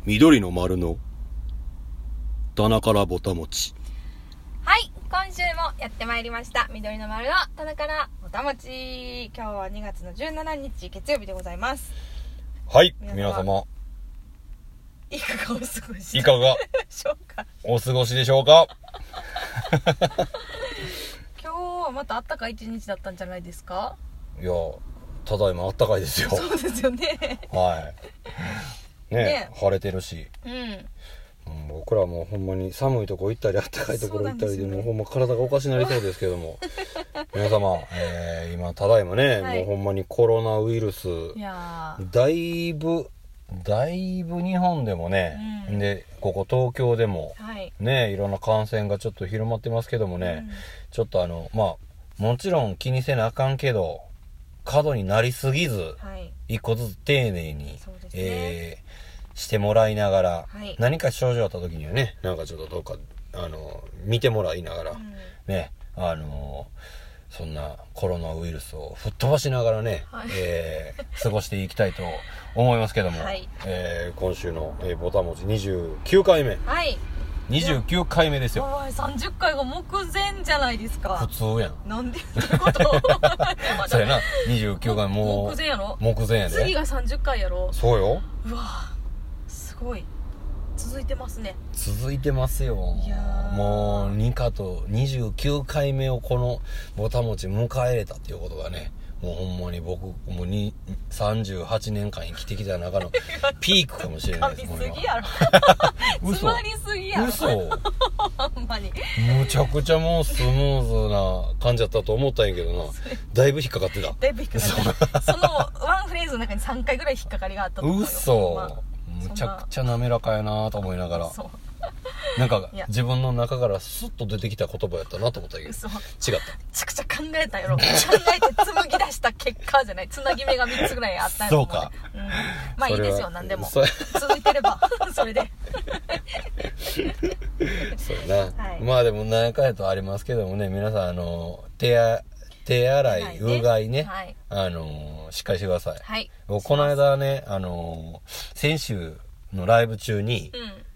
緑の丸の棚からぼたもち。 はい、今週もやってまいりました緑の丸の棚からぼたもち。今日は2月の17日月曜日でございます。 はい、皆様いかがお過ごしいかがしょうかお過ごしでしょうか。 今日はまた暖かい一日だったんじゃないですか。 いや、ただいま暖かいですよ。 そうですよね。 はいね、晴れてるし、僕らもほんまに寒いとこ行ったり暖かいところ行ったりで、もうほんま体がおかしになりそうですけども皆様、今ただいまね、もうほんまにコロナウイルスだいぶ日本でもね、でここ東京でもね、いろんな感染がちょっと広まってますけどもね、ちょっともちろん気にせなあかんけど過度になりすぎず、一個ずつ丁寧に、してもらいながら、何か症状あった時にはね、なんかちょっとどうか見てもらいながら、ね、そんなコロナウイルスを吹っ飛ばしながらね、過ごしていきたいと思いますけども、今週の、ぼたもち29回目、29回目ですよ。 30回が目前じゃないですか。 普通やん。 なんでってことそうやな、29回もう目前やろ。 目前やで。 次が30回やろ。 そうよ。 うわすごい続いてますね。 続いてますよ。もうニカと29回目をこのぼたもち迎えれたっていうことがね、もうほんまに僕もう38年間生きてきた中のピークかもしれないです。 噛みすぎやろ。詰まりすぎやろ。 嘘。 ほんまにむちゃくちゃもうスムーズな感じだったと思ったんやけどな、だいぶ引っかかってた。 だいぶ引っかかってた。そのワンフレーズの中に3回ぐらい引っかかりがあったと思うよ。 嘘。むちゃくちゃ滑らかやなと思いながら、なんか自分の中からスッと出てきた言葉やったなと思ったけど、違った。めちゃくちゃ考えたやろ。考えて紡ぎ出した結果じゃない。つなぎ目が3つぐらいあったやろ。 そうか、 まあいいですよ、何でも続いてればそれでそうな、まあでも何回とありますけどもね、皆さん手洗い、うがいね、しっかりしてください。この間ね、先週のライブ中に、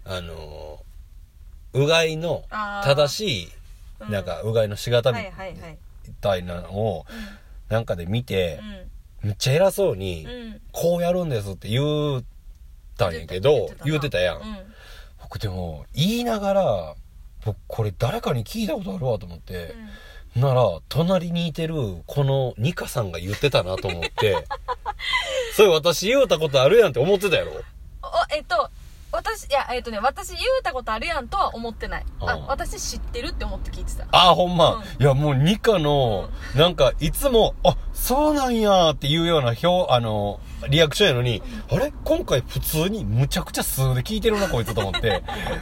うがいの正しい、なんかうがいのしがたみたいなのをなんかで見て、めっちゃ偉そうに、こうやるんですって言ったんやけど、言うてたやん。僕でも言いながら、僕これ誰かに聞いたことあるわと思って、なら隣にいてるこのニカさんが言ってたなと思ってそれ私言うたことあるやんって思ってたやろ。 私言うたことあるやんとは思ってない。私知ってるって思って聞いてた。ほんま、 いやもうニカの、なんかいつもそうなんやっていうようなリアクションやのに、あれ今回普通にむちゃくちゃ数で聞いてるなこいつと思って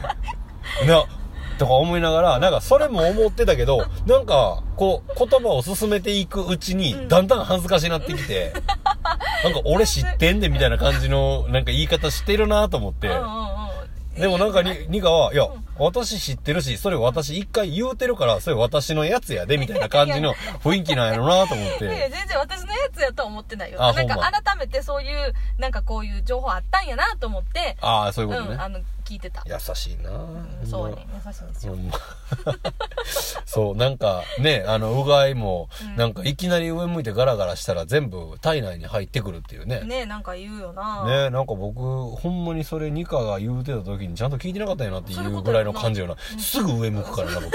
とか思いながら、なんかそれも思ってたけど、なんかこう言葉を進めていくうちにだんだん恥ずかしになってきて、なんか俺知ってんでみたいな感じのなんか言い方してるなと思って、でもなんかニカは、いや私知ってるし、それ私一回言うてるから、それ私のやつやでみたいな感じの雰囲気なんやろなと思って。 全然私のやつやとは思ってないよ。なんか改めてそういうなんかこういう情報あったんやなと思って、 そういうことね。 聞いてた。 優しいな。 そうね、優しいんですよ。 そうなんかね、うがいもなんかいきなり上向いてガラガラしたら全部体内に入ってくるっていうね。 ね、なんか言うよな。 ね、なんか僕ほんまにそれニカが言うてた時にちゃんと聞いてなかったんやなっていうぐらいの感じよな。すぐ上向くからな僕。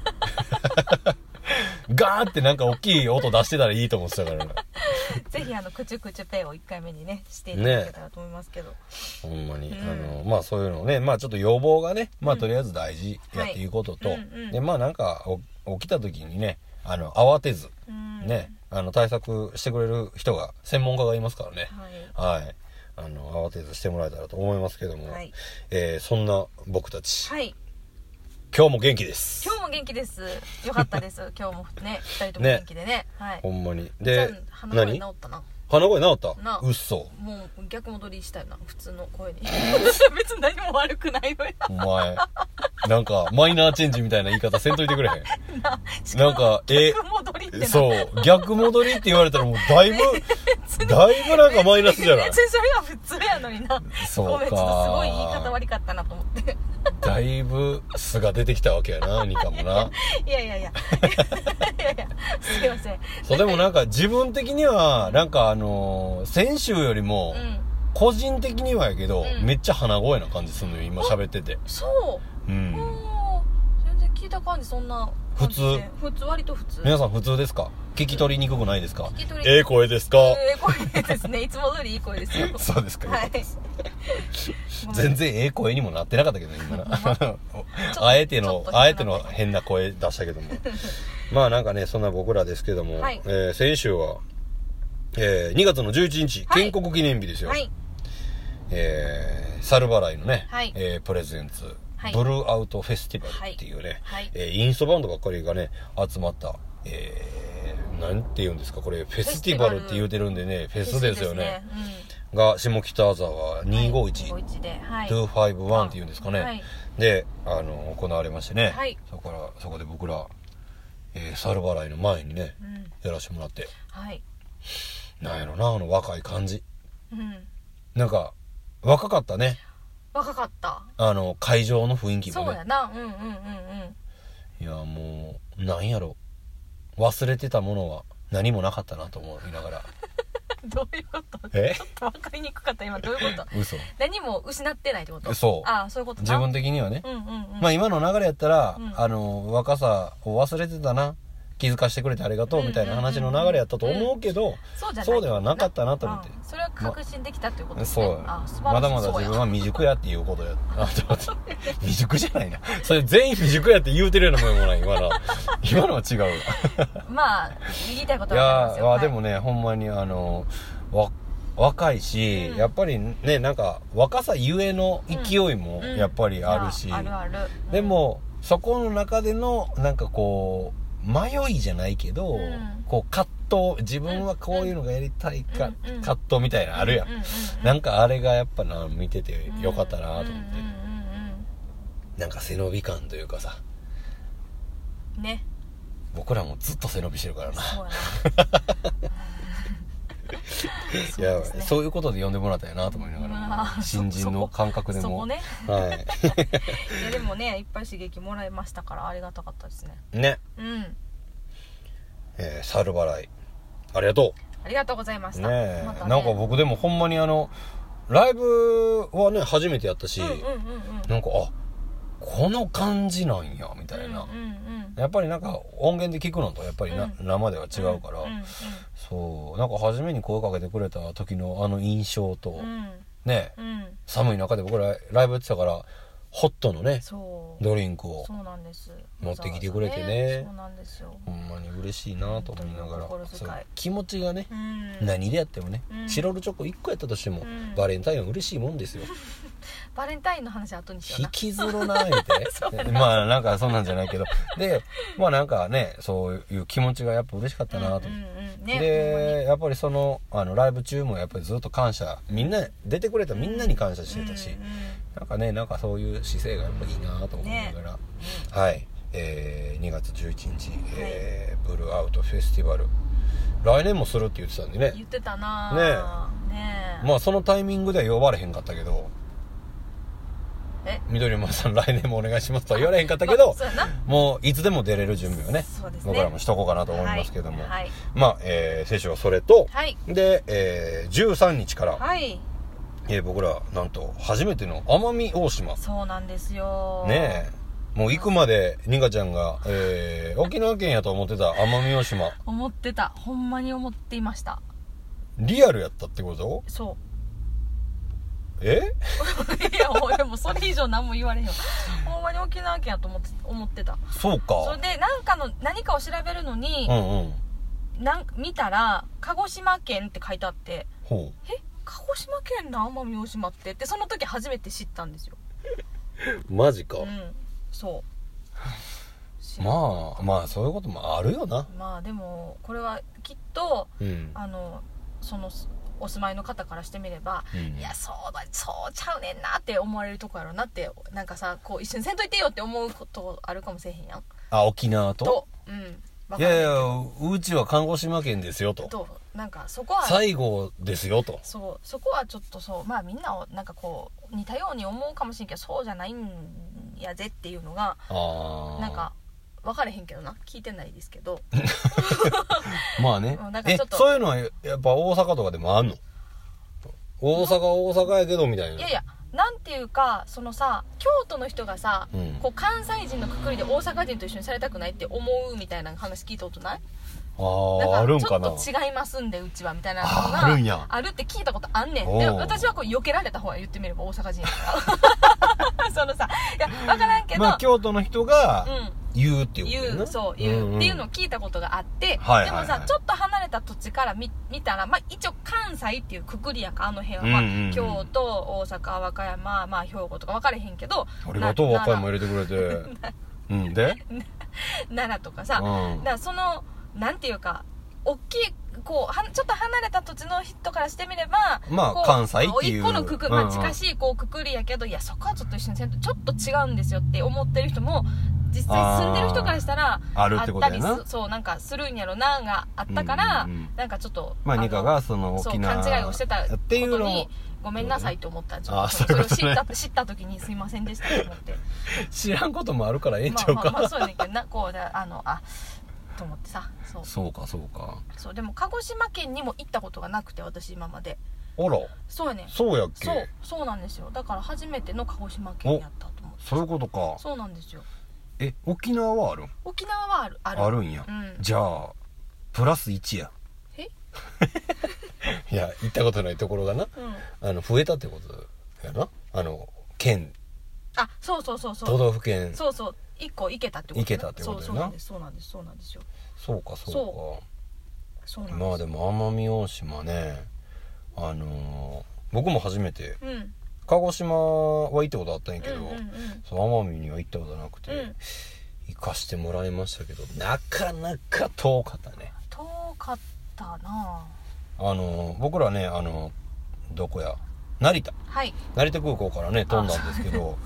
ガーってなんか大きい音出してたらいいと思ってたからね。 ぜひクチュクチュペイを1回目にねしていただけたらと思いますけど、 ほんまにまあそういうのね、まあちょっと予防がね、まあとりあえず大事やっていうことと、でまあなんか起きた時にね、慌てずね、対策してくれる人が専門家がいますからね、慌てずしてもらえたらと思いますけども、そんな僕たち、今日も元気です。 今日も元気です。よかったです。今日もね、2人とも元気でね。 ほんまに。で、 鼻声治ったな。 鼻声治った？うっそ。 もう逆戻りしたいな、普通の声に。別に何も悪くないのよ。 お前、なんかマイナーチェンジみたいな言い方せんといてくれへん。なんか逆戻りってな。 そう、逆戻りって言われたらもうだいぶなんかマイナスじゃない？ それが普通やのにな。 そうか。 ごめん、ちょっとすごい言い方悪かったなと思ってだいぶ素が出てきたわけやな、ニカもな。 いやすいません。 そう、でもなんか自分的にはなんか先週よりも個人的にはやけど、めっちゃ鼻声な感じするのよ今喋ってて。 そう、全然聞いた感じそんな普通、 割と普通。 皆さん普通ですか？聞き取りにくくないですか？声ですか？ 声ですね。いつも通りいい声ですよ。 そうですか。 はい。 全然声にもなってなかったけどね今なあえての変な声出したけどもまあなんかね、そんな僕らですけども、先週は、2月の11日、建国記念日ですよ。猿払いのね、プレゼンツ、ブルーアウトフェスティバルっていうね、インストバンドばっかりがね集まった、なんて言うんですかこれ、フェスティバルって言うてるんでね、フェスですよね。が下北沢251で251っていうんですかね、で行われましてね、そこで僕ら、猿払いの前にね、やらせてもらって、なんやろな、若い感じ、なんか若かったね。 若かった。 会場の雰囲気もね。 そうやな。 いやもうなんやろ、忘れてたものは何もなかったなと思いながらどういうこと？ちょっと分かりにくかった。今どういうこと？ 嘘。 何も失ってないってこと？ そう。 そういうことな。 自分的にはね。まあ今の流れやったら、若さを忘れてたな、気づかしてくれてありがとうみたいな話の流れやったと思うけど、そうではなかったなと思って。 それは確信できたっていうことですね。 そう。まだまだ自分は未熟やっていうことやなと思って。未熟じゃないな。それ全員未熟やって言うてるようなもんもない、今のは違う。 まあ言いたいことはありますよ。 いやでもね、ほんまに若いし、やっぱりね、なんか若さゆえの勢いもやっぱりあるし、でもそこの中でのなんかこう迷いじゃないけど、こう葛藤、自分はこういうのがやりたいか、葛藤みたいなのあるやん。なんかあれがやっぱ見ててよかったなと思って、なんか背伸び感というかさね、 僕らもずっと背伸びしてるからな。 そういや、そういうことで呼んでもらったよなと思いながら、新人の感覚でも。 そこね。 はい。 いやでもね、いっぱい刺激もらいましたからありがたかったですね。 ね。猿払いありがとう。 ありがとうございました。 ね、なんか僕でもほんまにライブはね初めてやったし、なんかこの感じなんやみたいな。やっぱりなんか音源で聞くのとやっぱり生では違うから、そうなんか初めに声かけてくれた時の印象と、ね、寒い中で僕らライブやってたからホットのねドリンクを持ってきてくれてね、 そうなんですよ。 ほんまに嬉しいなと思いながら、気持ちがね、何でやってもね、チロルチョコ1個やったとしても、バレンタインは嬉しいもんですよ。 バレンタインの話後にしような。 引きずるな言うてまあなんかそんなんじゃないけど、でまあなんかね、そういう気持ちがやっぱ嬉しかったなと思って、でやっぱりライブ中もやっぱりずっと感謝、みんな出てくれたみんなに感謝してたし、なんかね、なんかそういう姿勢がやっぱいいなと思いながら、はい、2月11日、ブルーアウトフェスティバル来年もするって言ってたんでね。 言ってたなね。まあそのタイミングでは呼ばれへんかったけど、緑馬さん来年もお願いしますとは言われへんかったけど、もういつでも出れる準備をね、僕らもしとこうかなと思いますけども、まあ先週はそれと、で、13日から、僕らなんと初めての奄美大島。 そうなんですよねえ、もう行くまでニカちゃんが、沖縄県やと思ってた奄美大島。 思ってた、ほんまに思っていました。 リアルやったってこと？ そう。 いやでもそれ以上何も言われへんよ。ほんまに沖縄県やと思ってた。 そうか。 それで何かを調べるのに、見たら鹿児島県って書いてあって、鹿児島県の奄美大島ってその時初めて知ったんですよ。 マジか。 そうまあそういうこともあるよな。 まあでもこれはきっと、そのお住まいの方からしてみれば、いやそうちゃうねんなって思われるとこやろなって、なんかさ、こう一緒にせんといてよって思うことあるかもしれへんやん。 沖縄といやうちは鹿児島県ですよとなんかそこは最後ですよと。 そこはちょっとそうまあみんなをなんかこう似たように思うかもしれんけどそうじゃないんやぜっていうのがなんか分かれへんけどな聞いてないですけどまあねなんかちょっとそういうのはやっぱ大阪とかでもあんの？大阪やけどみたいな。 いやいやなんていうかそのさ京都の人がさ、こう関西人のくくりで大阪人と一緒にされたくないって思うみたいな話聞いたことない？ あるんかな。 ちょっと違いますんでうちはみたいなのがあるんや。 あるって聞いたことあんねん。で私はこう避けられた方が言ってみれば大阪人やからそのさいや分からんけど、 まあ京都の人が言うっていうことね。 言うっていうのを聞いたことがあって、でもさちょっと離れた土地から見たら、まあ、一応関西っていうくくりやんかあの辺は、まあ京都大阪和歌山、まあ、兵庫とか分かれへんけどありがとう和歌山入れてくれてで奈良とかさ、だからそのなんていうか大きいこうちょっと離れた土地の人からしてみればまあ関西っていう一個のくくり、まあ、近しいこうくくりやけどいやそこはちょっと一緒にせんとちょっと違うんですよって思ってる人も実際住んでる人からしたらあるってことやな。 そうなんかするんやろながあったから、なんかちょっとまあニカがその沖縄勘違いをしてたことにごめんなさいと思ったらそれを知った時にすいませんでしたと思って知らんこともあるからええんちゃうか。 まあそうやねんけどなこうと思ってさそうかそうでも鹿児島県にも行ったことがなくて私今まであらそうやねんそうやっけ。 そうなんですよだから初めての鹿児島県やったと思ってそういうことか。 そうなんですよ。 沖縄はあるん？ 沖縄はあるんや、じゃあプラス1やいや行ったことないところがな、増えたってことやな県そう都道府県そう1個行けたってこと行けたってことやな。 そうなんですよ。 そうかそうなんです。 まあでも奄美大島ね僕も初めて、鹿児島は行ったことあったんやけど、奄美には行ったことなくて、行かしてもらいましたけどなかなか遠かったね。 遠かったな。 僕らねどこや成田空港からね飛んだんですけど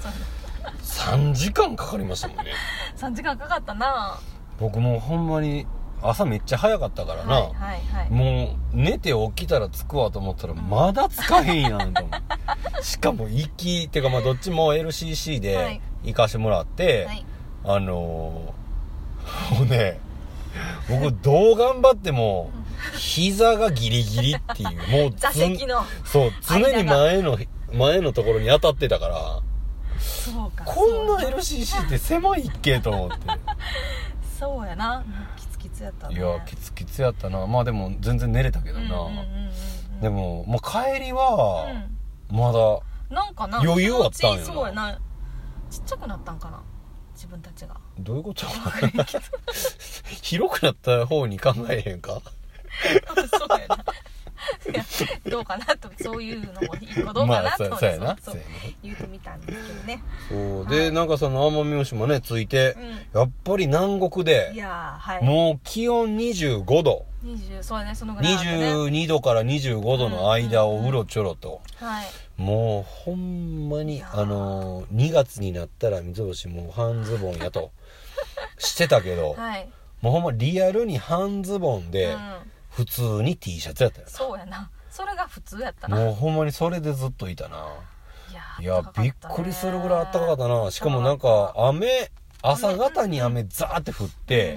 3時間かかりましたもんね。 3時間かかったな。 僕もほんまに朝めっちゃ早かったからな、もう寝て起きたら着くわと思ったらまだ着かへんやんと思うしかも行きってかまあどっちも LCC で行かしてもらって、もうね僕どう頑張っても膝がギリギリっていうもう座席のそう常に前のところに当たってたからそうかこんな LCC って狭いっけと思ってそうやなキツやったね。 いやキツやったな。まあでも全然寝れたけどな、でも、まあ、帰りはまだなんかな余裕あったんやな。 そうやなちっちゃくなったんかな自分たちが。 どういうこと広くなった方に考えへんかそうやないやどうかなとそういうのも一個どうかなと思って、言うてみたんですけどね。 そうで、なんかその奄美大島ねついて、やっぱり南国で、 いや、 もう気温25度そうねそのぐらい、 22度から25度の間をうろちょろと、もうほんまに2月になったら三つ星もう半ズボンやとしてたけど、もうほんまリアルに半ズボンで、普通に T シャツやったよな。 そうやなそれが普通やったな。 もうほんまにそれでずっといたな。いやびっくりするぐらいあったかかったな。しかもなんか朝方に雨ザーって降って、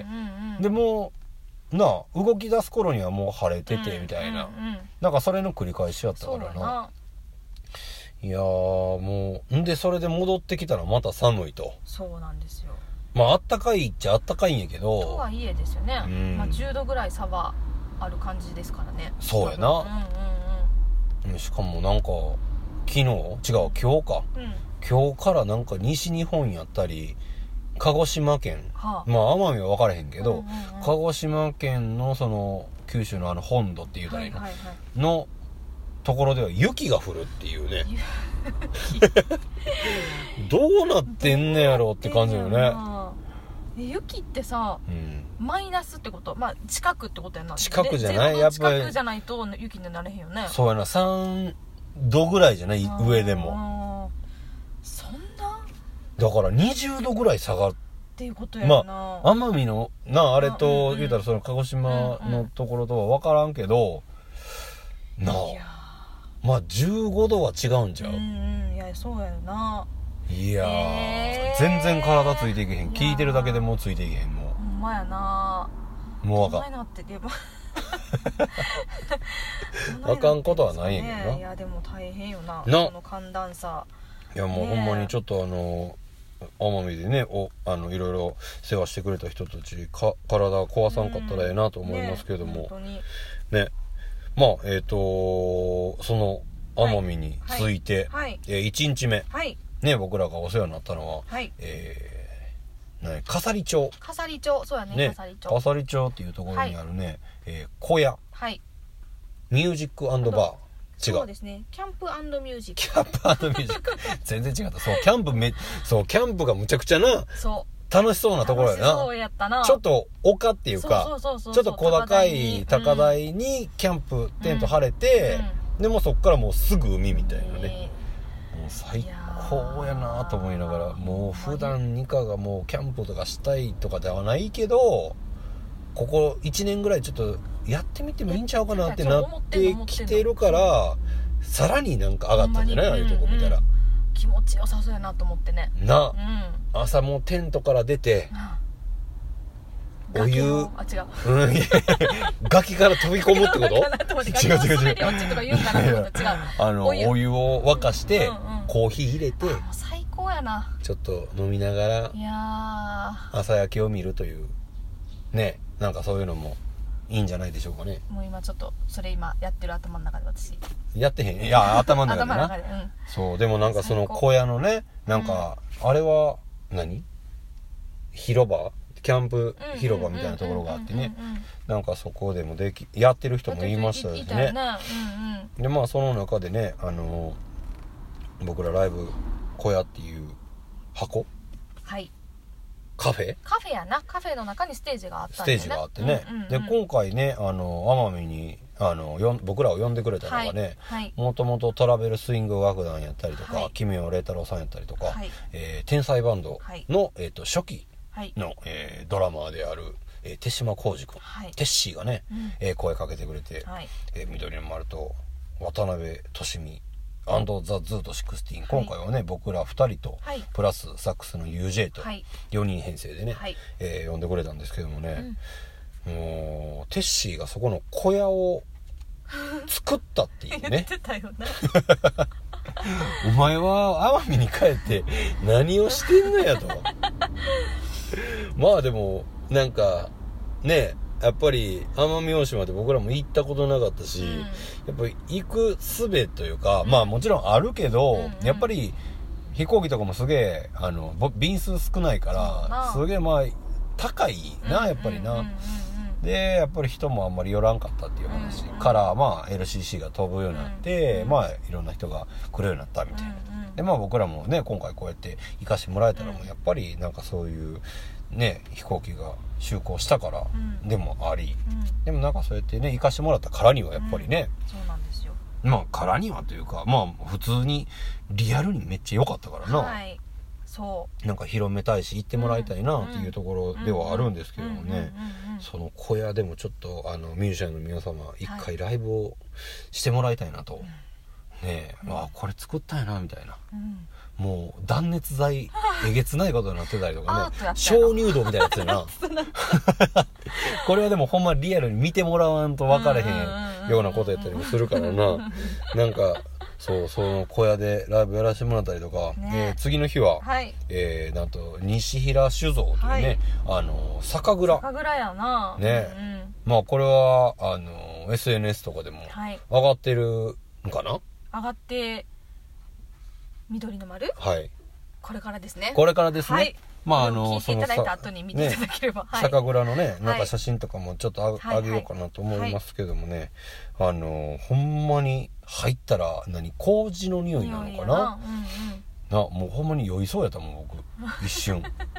でも動き出す頃にはもう晴れててみたいな、なんかそれの繰り返しやったからな。いやもうんでそれで戻ってきたらまた寒いと。 そうなんですよ。 まああったかいっちゃあったかいんやけどとはいえですよね、まあ、10度ぐらい差はある感じですからね。 そうやな、しかもなんか昨日違う今日か、今日からなんか西日本やったり鹿児島県、まあ奄美は分からへんけど、鹿児島県のその九州の本土っていうたらいいの、のところでは雪が降るっていうねどうなってんねやろって感じよね。 雪ってさ、マイナスってこと、まあ近くってことやな。 近くじゃないやっぱり近くじゃないと雪になれへんよね。 そうやな3度ぐらいじゃない上でも。 そんなだから20度ぐらい下がっっていうことやな。 まあ奄美のなあれと言うたらその鹿児島のところとは分からんけど、なあまあ15度は違うんちゃう。 いやそうやな。 いや全然体ついていけへん。聞いてるだけでもうついていけへん。もうほんまやな。 もうあかん。 なってでもあかんことはないんやけどな。 いやでも大変よな、 その寒暖差。 いやもうほんまにちょっと奄美でねいろいろ世話してくれた人たち体壊さんかったらええなと思いますけども、ねまあその奄美について、1日目、ね僕らがお世話になったのは、笠利町。 そうやね。 笠利町っていうところにあるね、小屋、ミュージック&バー。違う。 そうですね。キャンプ&ミュージック。 キャンプ&ミュージック。全然違った。そう、キャンプがむちゃくちゃな、楽しそうなところやな。 そうやったな。 ちょっと丘っていうか、ちょっと小高い高台にキャンプテント張れて、でもそっからもうすぐ海みたいなね。もう最高やなと思いながら、もう普段ニカがもうキャンプとかしたいとかではないけど、ここ1年ぐらいちょっとやってみてもいいんちゃうかなってなってきてるから、さらになんか上がったんじゃない？ああいうとこ見たら気持ちよさそうやなと思ってね。 朝もうテントから出て、お湯崖から飛び込むってこと？違う。お湯を沸かしてコーヒー入れて、 最高やな。 ちょっと飲みながら朝焼けを見るというね、なんかそういうのもいいんじゃないでしょうかね。 もう今ちょっとそれ今やってる頭の中で私やってへん。いや頭の中でな。そうでもなんかその小屋のね、なんかあれは広場、キャンプ広場みたいなところがあってね、なんかそこでもやってる人もいましたしね。でまあその中でね、僕らライブ小屋っていう箱、カフェやな。カフェの中にステージがあったんでね。ステージがあってね。で今回ね奄美に僕らを呼んでくれたのがね、もともとトラベルスイング楽団やったりとか、奇妙麗太郎さんやったりとか、天才バンドの初期のドラマーである手島浩二君、テッシーがね声かけてくれて、緑の丸と渡辺俊美&ザ・ズート16、今回はね僕ら2人と、プラスサックスの UJ と4人編成でね、呼んでくれたんですけどもね、もうテッシーがそこの小屋を作ったっていうね言ってたよなお前は奄美に帰って何をしてんのやとまあでもなんかね、やっぱり奄美大島って僕らも行ったことなかったし、やっぱり行く術というか、まあもちろんあるけど、やっぱり飛行機とかもすげえ便数少ないからすげえまあ高いな、やっぱりな。でやっぱり人もあんまり寄らんかったっていう話からまあ LCC が飛ぶようになって、まあいろんな人が来るようになったみたいな。でまあ僕らもね今回こうやって行かしてもらえたらもやっぱりなんかそういうね飛行機が就航したからでもあり、でもなんかそうやってね行かしてもらったからにはやっぱりね、 そうなんですよ。 まあからにはというかまあ普通にリアルにめっちゃ良かったからな。そうなんか広めたいし行ってもらいたいなっていうところではあるんですけどもね、その小屋でもちょっとミュージシャンの皆様一回ライブをしてもらいたいなと、ねえ、これ作ったんやなみたいな、もう断熱材えげつないことになってたりとかね鍾乳洞みたいなやつやなこれはでもほんまリアルに見てもらわんと分かれへんようなことやったりもするからななんかその小屋でライブやらせてもらったりとか、次の日は、なんと西平酒造というね、酒蔵やなね、まあこれはSNS とかでも上がってるんかな、 上がって緑の丸、これからですね。まあ聞いていただいた後に見ていただければ、 酒蔵のねなんか写真とかもちょっとあげようかなと思いますけどもね、ほんまに入ったら麹の匂いなのかな、もうほんまに酔いそうやったもん僕一瞬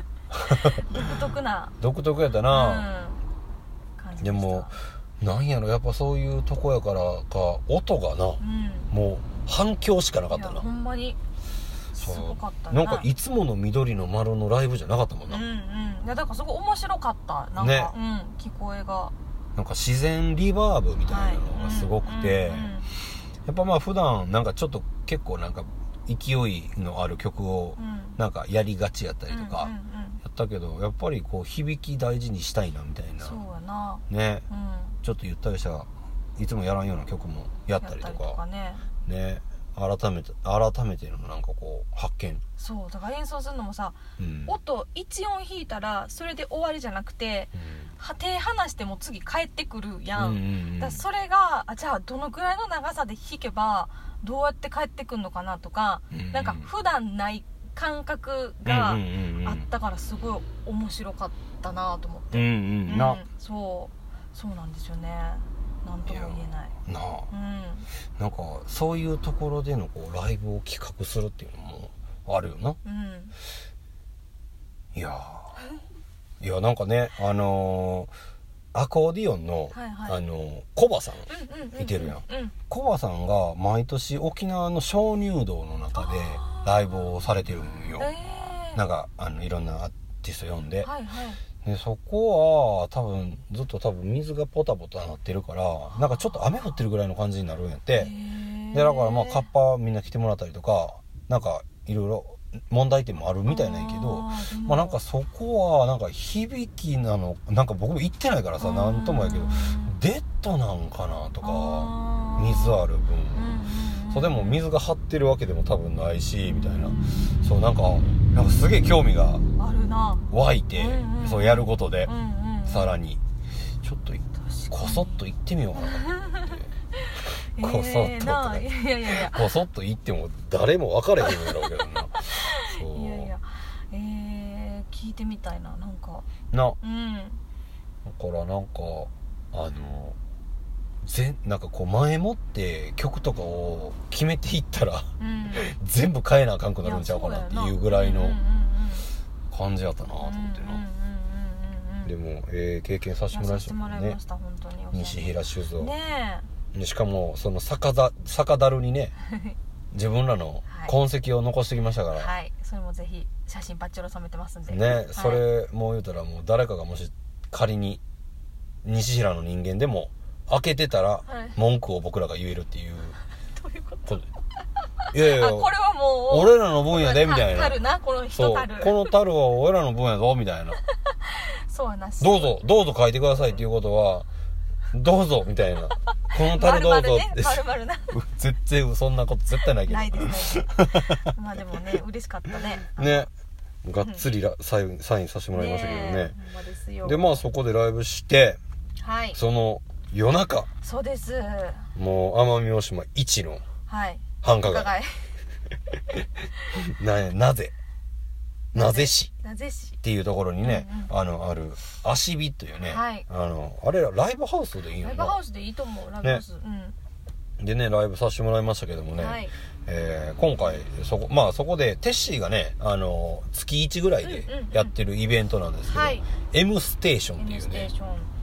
独特やったな、でもなんやろやっぱそういうとこやからか音がな、もう反響しかなかったな。 ほんまにすごかったね。なんかいつもの緑の丸のライブじゃなかったもんな。 うんうん。いやだからすごい面白かった。なんか、 ね、 うん、聞こえがなんか自然リバーブみたいなのがすごくて、 はい、 やっぱまあ普段なんかちょっと結構なんか勢いのある曲をなんかやりがちやったりとかやったけど、やっぱりこう響き大事にしたいなみたいな。 そうやな。 ね、 うん、 ちょっとゆったりしたいつもやらんような曲もやったりとかね、改めてのなんかこう発見。 そうだから演奏するのもさ、音1音弾いたらそれで終わりじゃなくて、手離しても次帰ってくるやん、だからそれがじゃあどのくらいの長さで弾けばどうやって帰ってくるのかなとか、なんか普段ない感覚があったからすごい面白かったなと思って、そうなんですよね。なんとも言えないなあ、なんかそういうところでのこうライブを企画するっていうのもあるよな。いやなんかねアコーディオンの、コバさんいてるやん、コバさんが毎年沖縄の鍾乳洞の中でライブをされてるんよ、なんかいろんなアーティスト呼んで、でそこはずっと水がポタポタなってるからなんかちょっと雨降ってるぐらいの感じになるんやって、でだからまあカッパみんな来てもらったりとかなんかいろいろ問題点もあるみたいなんやけど、まあなんかそこはなんか響きなのなんか僕も行ってないからさなんともやけどデッドなんかなとか水ある分、そうでも水が張ってるわけでも多分ないしみたいな、そうなんかすげえ興味が湧いて、そうやることで、さらにちょっとこそっと行ってみようかなと思ってこそっととかこそっと行っても誰も分かれへんやろうけどなそう聞いてみたいななんかだからなんかなんかこう前もって曲とかを決めていったら、全部変えなあかんくなるんちゃうかなっていうぐらいの感じやったなと思ってな。でも経験させてもらいましたね。 本当に西平酒造ね。しかもその酒樽にね自分らの痕跡を残してきましたから、 それもぜひ写真パッチロ染めてますんでね、それもう言うたらもう誰かがもし仮に西平の人間でも開けてたら文句を僕らが言えるっていうどういうこといやいやこれはもう俺らの分やでみたいな、 樽なこの人樽この樽は俺らの分やぞみたいなそうやなどうぞ書いてくださいっていうことはどうぞみたいなこの樽どうぞって丸な絶対そんなこと絶対ないけどないですまあでもね嬉しかったねがっつりサインさせてもらいましたけどね、 ほんまですよ。 でまあそこでライブして、その夜中そうですもう奄美大島一の繁華街、なぜ市っていうところにね、ある足火というね、あれらライブハウスでいいのかな。 ライブハウスでいいと思うライブハウス、 でねライブさせてもらいましたけどもね、今回そこでテッシーがね月1ぐらいでやってるイベントなんですけど、M ステーションっていうね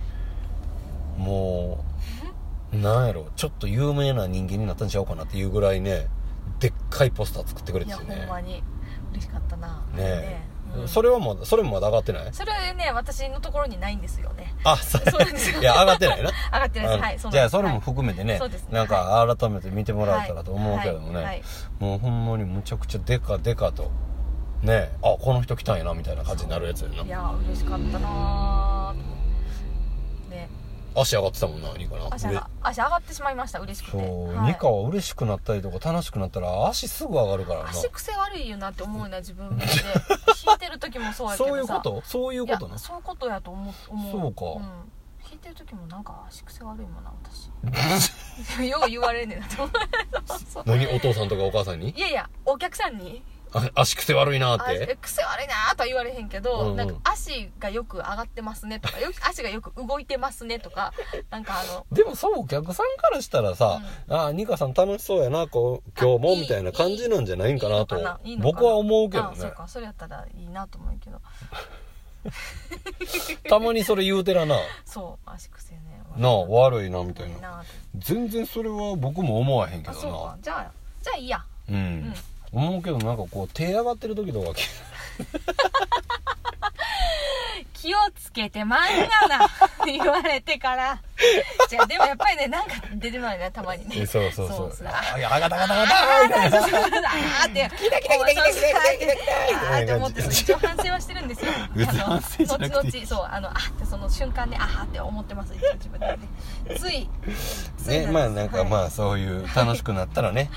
もうなんやろちょっと有名な人間になったんちゃうかなっていうぐらいねでっかいポスター作ってくれててね、 いやほんまに嬉しかったなね。それもまだ上がってない？ それね私のところにないんですよね。 そうなんですよ。いや上がってないな。 上がってないです。 じゃあそれも含めてね、なんか改めて見てもらえたらと思うけどもね、もうほんまにむちゃくちゃデカとね、この人来たんやなみたいな感じになるやつやな。 いや嬉しかったなね。 足上がってたもんなニカな。 足上がってしまいました嬉しくて。 ニカは嬉しくなったりとか楽しくなったら足すぐ上がるからな。 足癖悪いよなって思うな自分で弾いてる時もそうやけどさそういうことな。 そういうことやと思う。 そうか、 弾いてる時もなんか足癖悪いもんな私よう言われんねんなって思う何お父さんとかお母さんに？ いやお客さんに足癖悪いなって癖悪いなとは言われへんけど、なんか足がよく上がってますねとか足がよく動いてますねとかなんかでもそうお客さんからしたらさ、ニカさん楽しそうやな今日もみたいな感じなんじゃないんかなと僕は思うけどね。 そうかそれやったらいいなと思うけどたまにそれ言うてらなそう足癖ね悪いなみたいな全然それは僕も思わへんけどな。 そうかじゃあいいや思うけどなんかこう手上がってる時とか気をつけてまんがな言われてからじゃあでもやっぱりねなんか出てまうねたまにねそうあやがたがたがあーってキラキラキラキラキラキラキラあーって思って一応反省はしてるんですよ反省じゃなくて後々そうあってその瞬間ねあーって思ってます一応自分でねついねまあなんかまあそういう楽しくなったらね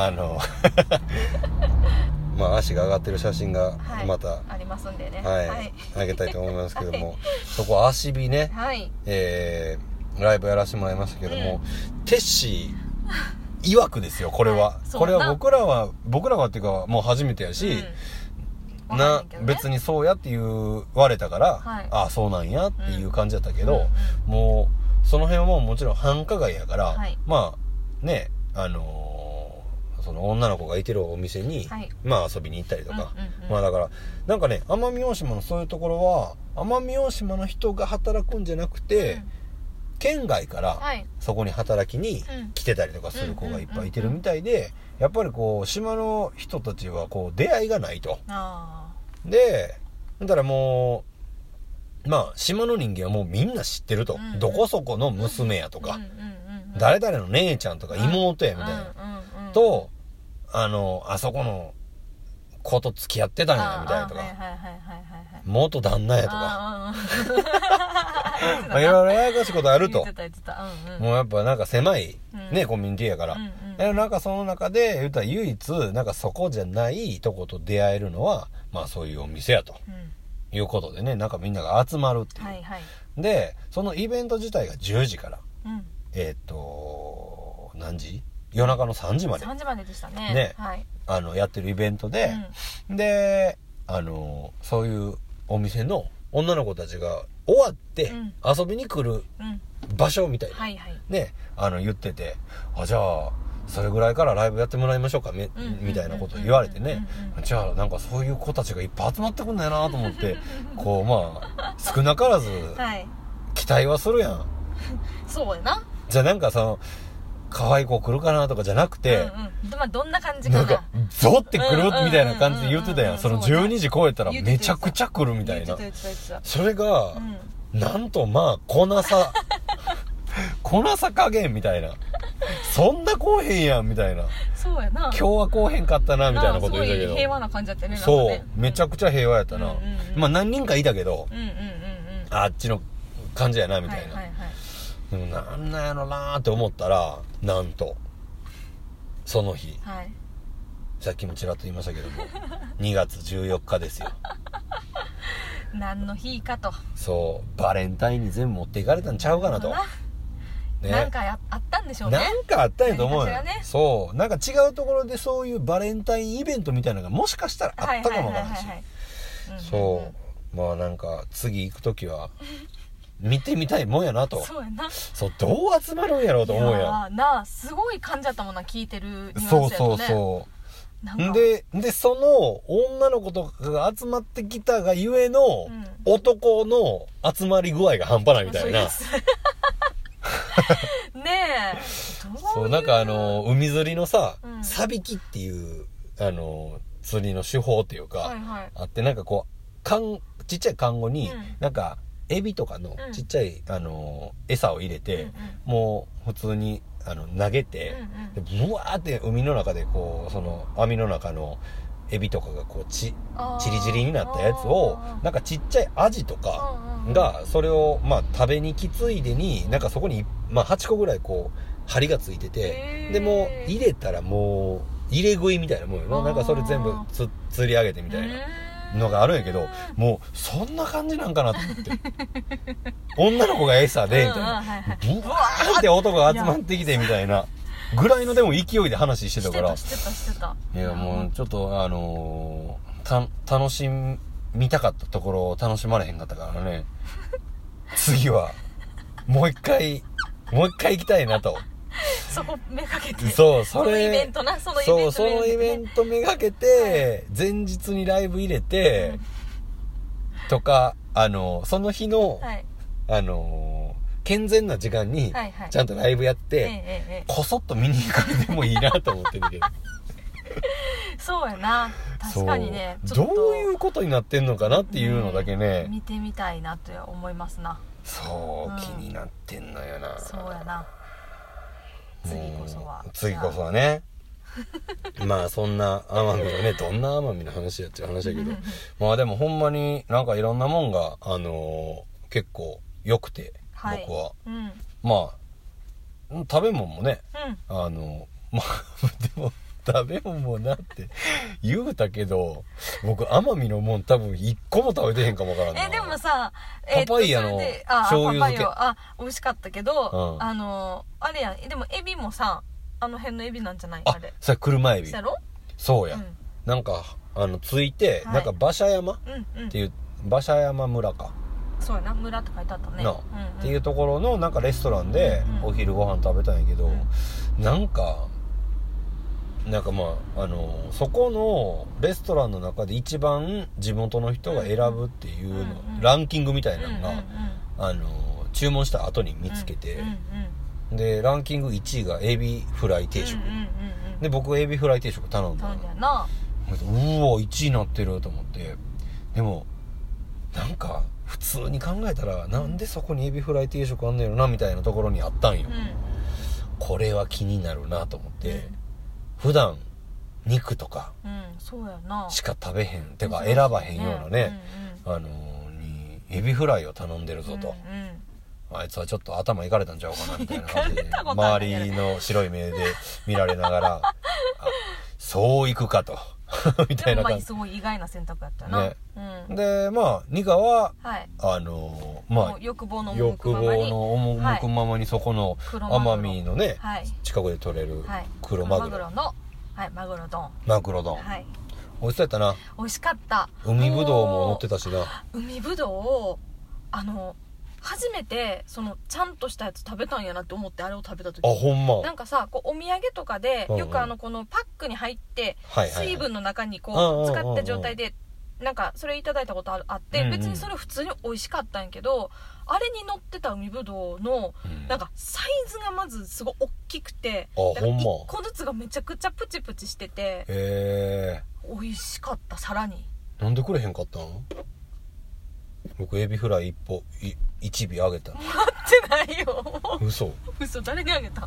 まあ足が上がってる写真がまたありますんでねはいあげたいと思いますけどもそこ足火ねライブやらせてもらいましたけどもテッシー曰くですよこれはこれは僕らはっていうかもう初めてやし別にそうやって言われたからああそうなんやっていう感じだったけどもうその辺はもうもちろん繁華街やからまあねその女の子がいてるお店に、まあ遊びに行ったりとか、まあだからなんかね奄美大島のそういうところは奄美大島の人が働くんじゃなくて、県外からそこに働きに来てたりとかする子がいっぱいいてるみたいで、やっぱりこう島の人たちはこう出会いがないと。でだからもうまあ島の人間はもうみんな知ってると、どこそこの娘やとか、誰々の姉ちゃんとか妹やみたいな、とあそこの子と付き合ってたんやみたいなとか、元旦那やとかいろいろややこしいことあると。もうやっぱなんか狭いねコミュニティやから、なんかその中で言ったら唯一なんかそこじゃないとこと出会えるのはまあそういうお店やと、いうことでね、なんかみんなが集まるっていう、でそのイベント自体が10時から、何時？夜中の3時まで 3時まででしたね。 やってるイベントで、でそういうお店の女の子たちが終わって遊びに来る場所みたいな、ね言ってて、じゃあそれぐらいからライブやってもらいましょうかみたいなこと言われてね、じゃあなんかそういう子たちがいっぱい集まってくんだよなと思ってこうまあ少なからず期待はするやん。 そうやな。 じゃあなんかその可愛い子来るかなとかじゃなくて、 まあどんな感じかな、 なんかゾって来るみたいな感じで言ってたやん。その12時超えたらめちゃくちゃ来るみたいな。それがなんとまあこなさ加減みたいな、そんな来へんやんみたいな。 そうやな。 今日は来へんかったなみたいなこと言ったけど、 平和な感じだったね。 そうめちゃくちゃ平和やったな。まあ何人かいたけど、あっちの感じやなみたいな。でもなんなんやろなーって思ったら、なんとその日、さっきもちらっと言いましたけども2月14日ですよ。 何の日かと。 そうバレンタインに全部持っていかれたんちゃうかなと、 ね、なんかあったんでしょうね。 なんかあったんやと思うよ、そうなんか違うところでそういうバレンタインイベントみたいなのがもしかしたらあったかもわからないし、そうまあなんか次行くときは見てみたいもんやなと。 そうやな。 そうどう集まるんやろうと思うやん。 なあすごい感じだったもんな、聞いてるニュアンスやとね。 そうでその女の子とかが集まってきたがゆえの、男の集まり具合が半端ないみたいな。ねえ。 そうなんか海釣りのさ、サビキっていう釣りの手法っていうか、あってなんかこうちっちゃいカンゴに、なんかエビとかのちっちゃい、餌を入れて、もう普通に投げて、でブワーって海の中でこうその網の中のエビとかがこうチリチリになったやつをなんかちっちゃいアジとかがそれをまあ食べに来ついでになんかそこにまあ8個ぐらいこう針がついてて、でもう入れたらもう入れ食いみたいなもんよな。なんかそれ全部釣り上げてみたいなのがあるんやけど、もうそんな感じなんかなと思って女の子が餌でみたいな、ブワーって男が集まってきてみたいなぐらいのでも勢いで話してたから、 してたいやもうちょっと楽しみたかったところを楽しまれへんかったからね次はもう一回行きたいなと。 そこめがけて、 そのイベントな、そのイベントめがけて、前日にライブ入れて、とかその日の、健全な時間にちゃんとライブやって、こそっと見に行くでもいいなと思ってるけどそうやな、確かにね、 ちょっとどういうことになってんのかなっていうのだけね、 見てみたいなって思いますな。 そう、気になってんのよな。 そうやな、 次こそはねまあそんな奄美のね、どんな奄美の話やっちゃう話だけどまあでもほんまになんかいろんなもんが結構良くて、はい、僕は、まあ食べ物もね、まあでも食べ物もなって言うたけど、僕奄美のもん多分1個も食べてへんかもわからんな。 でもさ、 パパイヤの醤油漬け、 美味しかったけど、あれやん、でもエビもさ、あの辺のエビなんじゃない？あれさ、車エビ。そうや、なんかついて、なんか馬車山っていう、馬車山村か、 そうやな、村って書いてあったねっていうところのなんかレストランでお昼ご飯食べたんやけど、なんかまあそこのレストランの中で一番地元の人が選ぶっていうの、ランキングみたいなのが、注文した後に見つけて、でランキング1位がエビフライ定食、で僕エビフライ定食頼んだな。 うわ1位になってると思って。でもなんか普通に考えたら、なんでそこにエビフライ定食あんねやろなみたいなところにあったんよ、これは気になるなと思って、普段肉とかしか食べへん、てか選ばへんようなね、にエビフライを頼んでるぞと、あいつはちょっと頭いかれたんちゃうかなみたいな感じで周りの白い目で見られながらそういくかとみたいな感じ。 すごい意外な選択やったな、 でまあニカは、まあ欲望の赴くままにそこの奄美のね、近くで取れる黒マグロのマグロ丼、美味しそうやったな。 美味しかった。 海ぶどうも乗ってたしな。 海ぶどうを初めてちゃんとしたやつ食べたんやなって思って、あれを食べた時に、 ほんまなんかさ、こうお土産とかでよくこのパックに入って水分の中にこう使った状態でなんかそれいただいたことあって、別にそれ普通に美味しかったんやけど、あれに乗ってた海ぶどうのなんかサイズがまずすごい大きくて、1個ずつがめちゃくちゃプチプチしてて、美味しかった。さらになんでくれへんかったん？僕エビフライ1尾あげたの。 待ってないよ。 嘘誰にあげた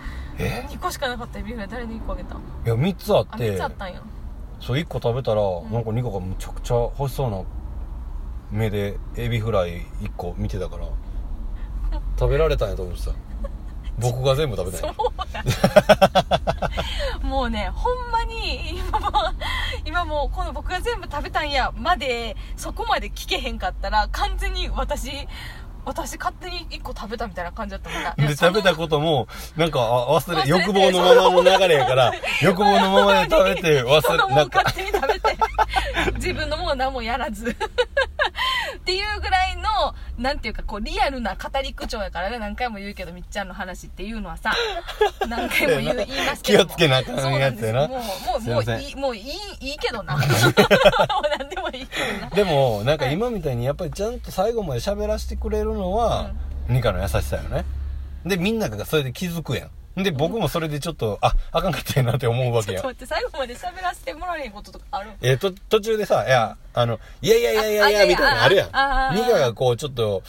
？2個しかなかったエビフライ、誰に1個あげた？いや3つあって、 3つあったんや。 そう1個食べたら、なんかニカがむちゃくちゃ欲しそうな目でエビフライ1個見てたから食べられたんやと思ってた。僕が全部食べたんや。 もうね、ほんまに今もうこの僕が全部食べたんやまでそこまで聞けへんかったら、完全に私勝手に1個食べたみたいな感じだったもんな。 で食べたこともなんか忘れ欲望のままの流れやから欲望のままで食べてなんか勝手に食べて自分のもの何もやらずっていうぐらいのなんていうかこうリアルな語り口調やからね。何回も言うけどみっちゃんの話っていうのはさ、何回も言いますけども気をつけなあかんやつやな。 もういいけどな何でもいいけどな。 でもなんか今みたいにやっぱりちゃんと最後まで喋らせてくれるのは、ニカの優しさよね。でみんながそれで気づくやん。で僕もそれでちょっとあかんかったやなって思うわけや。 ちょっと待って、最後まで喋らせてもらえへんこととかある？ 途中でさ、いやみたいなのあるやん。ニカがこうちょっと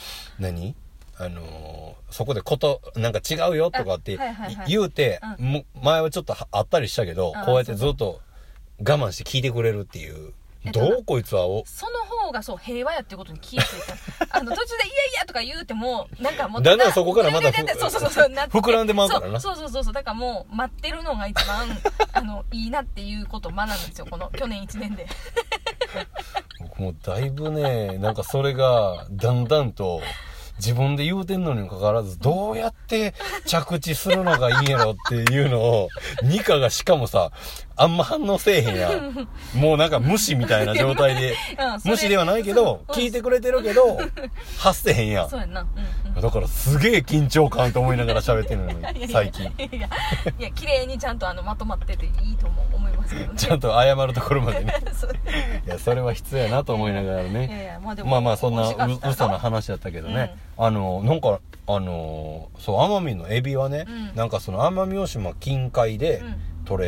そこでなんか違うよとかって言うて、前はちょっとあったりしたけど、こうやってずっと我慢して聞いてくれるっていう。どうこいつはその方が平和やっていうことに気づいた。途中でいやいやとか言うてもなんかもうだんだんそこからまた膨らんでまうからな。 そうだからもう待ってるのが一番いいなっていうことを学んだんですよ、この去年1年で。 僕もだいぶね、なんかそれがだんだんと自分で言うてんのにもかかわらず、どうやって着地するのがいいんやろっていうのをニカがしかもさ、あんま反応せえへんやん。もうなんか無視みたいな状態で、無視ではないけど聞いてくれてるけど発せへんやん。 そうやな。 だからすげえ緊張感と思いながら喋ってるのに最近。 いや綺麗にちゃんとまとまってていいと思いますけどね。 ちゃんと謝るところまでね。いやそれは必要やなと思いながらね。まあそんな嘘な話だったけどね。なんかそう奄美のエビはね、なんかその奄美大島近海で取れる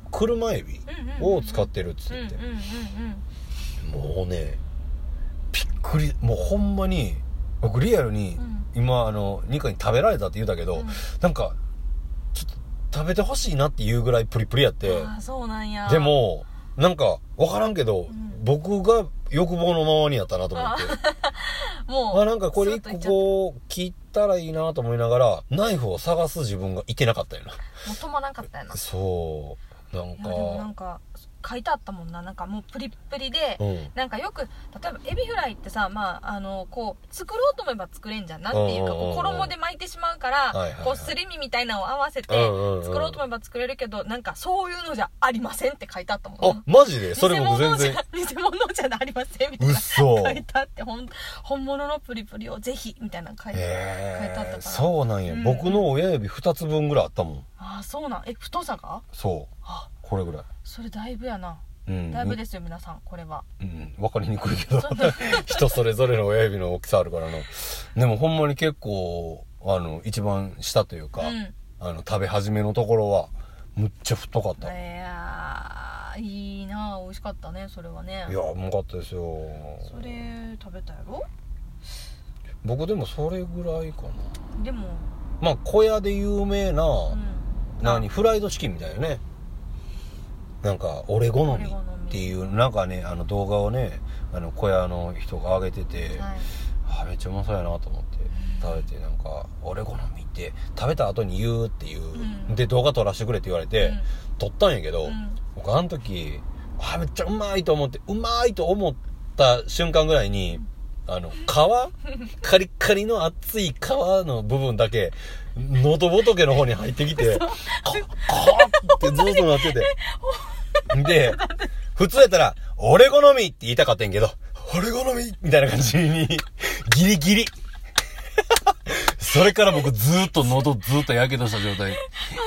車エビを使ってるっつって、もうねびっくり、もうほんまに僕リアルに、今ニカに食べられたって言うたけど、なんかちょっと食べてほしいなっていうぐらいプリプリやって。 あ、そうなんや。 でもなんか分からんけど、僕が欲望のままにやったなと思ってもうなんかこれ一個こう切ったらいいなと思いながらナイフを探す自分がいてなかったよな。もう止まらんかったよな。 そうなんか書いてあったもんな。なんかもうプリップリで、なんかよく例えばエビフライってさ、まあこう作ろうと思えば作れんじゃん。なんていうか、こう衣で巻いてしまうから、こうすり身みたいなのを合わせて作ろうと思えば作れるけど、なんかそういうのじゃありませんって書いてあったもん。 あ、マジで？それ僕全然偽物じゃありませんみたいな書いてあって、本物のプリプリをぜひみたいな書いてあったから。 そうなんや。僕の親指2つ分ぐらいあったもん。 あ、そうなん。太さが？ そう。これぐらい。 それだいぶやな。だいぶですよ皆さん、これは。 分かりにくいけど人それぞれの親指の大きさあるからの。でもほんまに結構一番下というか、食べ始めのところはむっちゃ太かった。 いやー、いいな、美味しかったね、それはね。 いや、うまかったですよ。 それ食べたやろ？ 僕でもそれぐらいかな。 でもまあ小屋で有名な、フライドチキンみたいなね、なんか俺好みっていうなんかね、動画をね小屋の人が上げてて、めっちゃうまそうやなと思って食べて、なんか俺好みって食べた後に言うっていう、で動画撮らせてくれって言われて、撮ったんやけど、僕あの時めっちゃうまいと思って、うまいと思った瞬間ぐらいにカリッカリの熱い皮の部分だけ喉仏の方に入ってきてカーってずっとなっててで、普通やったら俺好みって言いたかったんけど、俺好みみたいな感じにギリギリそれから僕ずっと喉ずっとやけどした状態。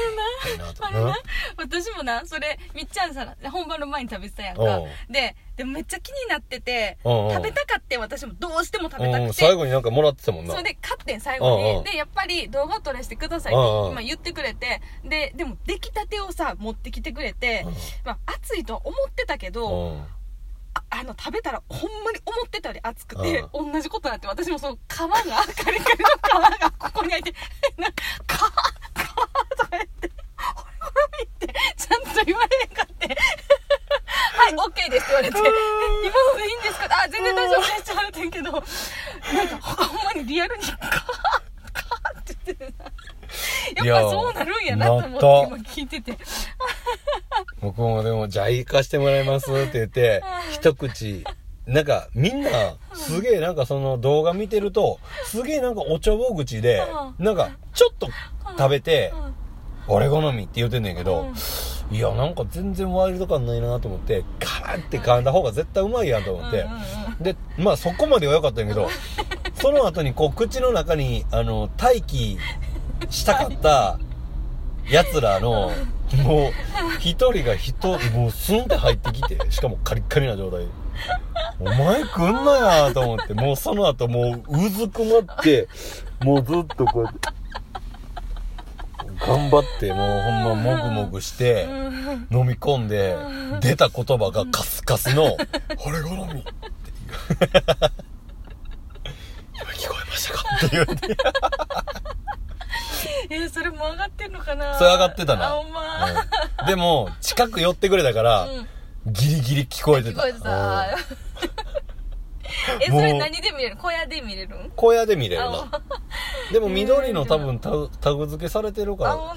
私もな、それみっちゃんさ本番の前に食べてたやんか。でもめっちゃ気になってて、食べたかって、私もどうしても食べたくて、 最後になんかもらってたもんな。 それで買ってん最後に。でやっぱり動画撮らせてくださいって今言ってくれて、でも出来たてをさ持ってきてくれて、熱いとは思ってたけど、食べたらほんまに思ってたより熱くて、同じことになって、私もその皮がカリカリの皮がここに入って皮とか言ってってちゃんと言われへんかってはい、OK ですって言われて、今のでいいんですか？あ、全然大丈夫ですって言われてんけど、なんかほんまにリアルにカーって言ってさ、やっぱそうなるんやなと思って今聞いてて僕もでもじゃあ行かしてもらいますって言って一口、なんかみんなすげえなんかその動画見てるとすげえなんかおちょぼ口でなんかちょっと食べて俺好みって言うてんねんけど、いやなんか全然ワイルド感ないなと思って、ガーって噛んだ方が絶対うまいやんと思って、でまあそこまでは良かったんやけど、その後にこう口の中に待機したかったやつらのもう一人がもうスンって入ってきて、しかもカリッカリな状態で、お前来んなやと思って、もうその後もううずくまってもうずっとこうやって頑張ってもうほんまもぐもぐして飲み込んで、出た言葉がカスカスの俺好みっていう今聞こえましたかって言われてそれも上がってんのかな。 それ上がってたな。でも近く寄ってくれたから、ギリギリ聞こえてた。 それ何で見れる？小屋で見れるん？ 小屋で見れるな。でも緑の多分タグ付けされてるから、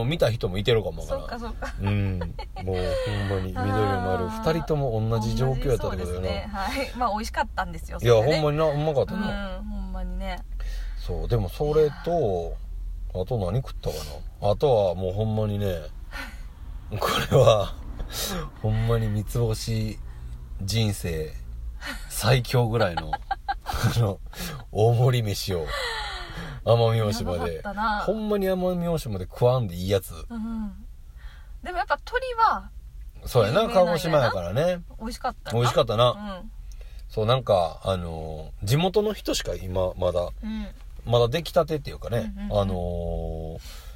見た人もいてるかもわからん。 そうか。 もうほんまに緑もある。2人とも同じ状況やったってことだよな。 はい。まあ美味しかったんですよ。 いやほんまにな、うまかったな。 ほんまにね。 そう、でもそれとあと何食ったかな。あとはもうほんまにね、これはほんまに三つ星人生最強ぐらいの大盛り飯を奄美大島で、ほんまに奄美大島で食わんでいいやつ、 でもやっぱ鳥はそうやな、鹿児島やからね。 美味しかったな、そう、なんか地元の人しか今まだ出来たてっていうかね、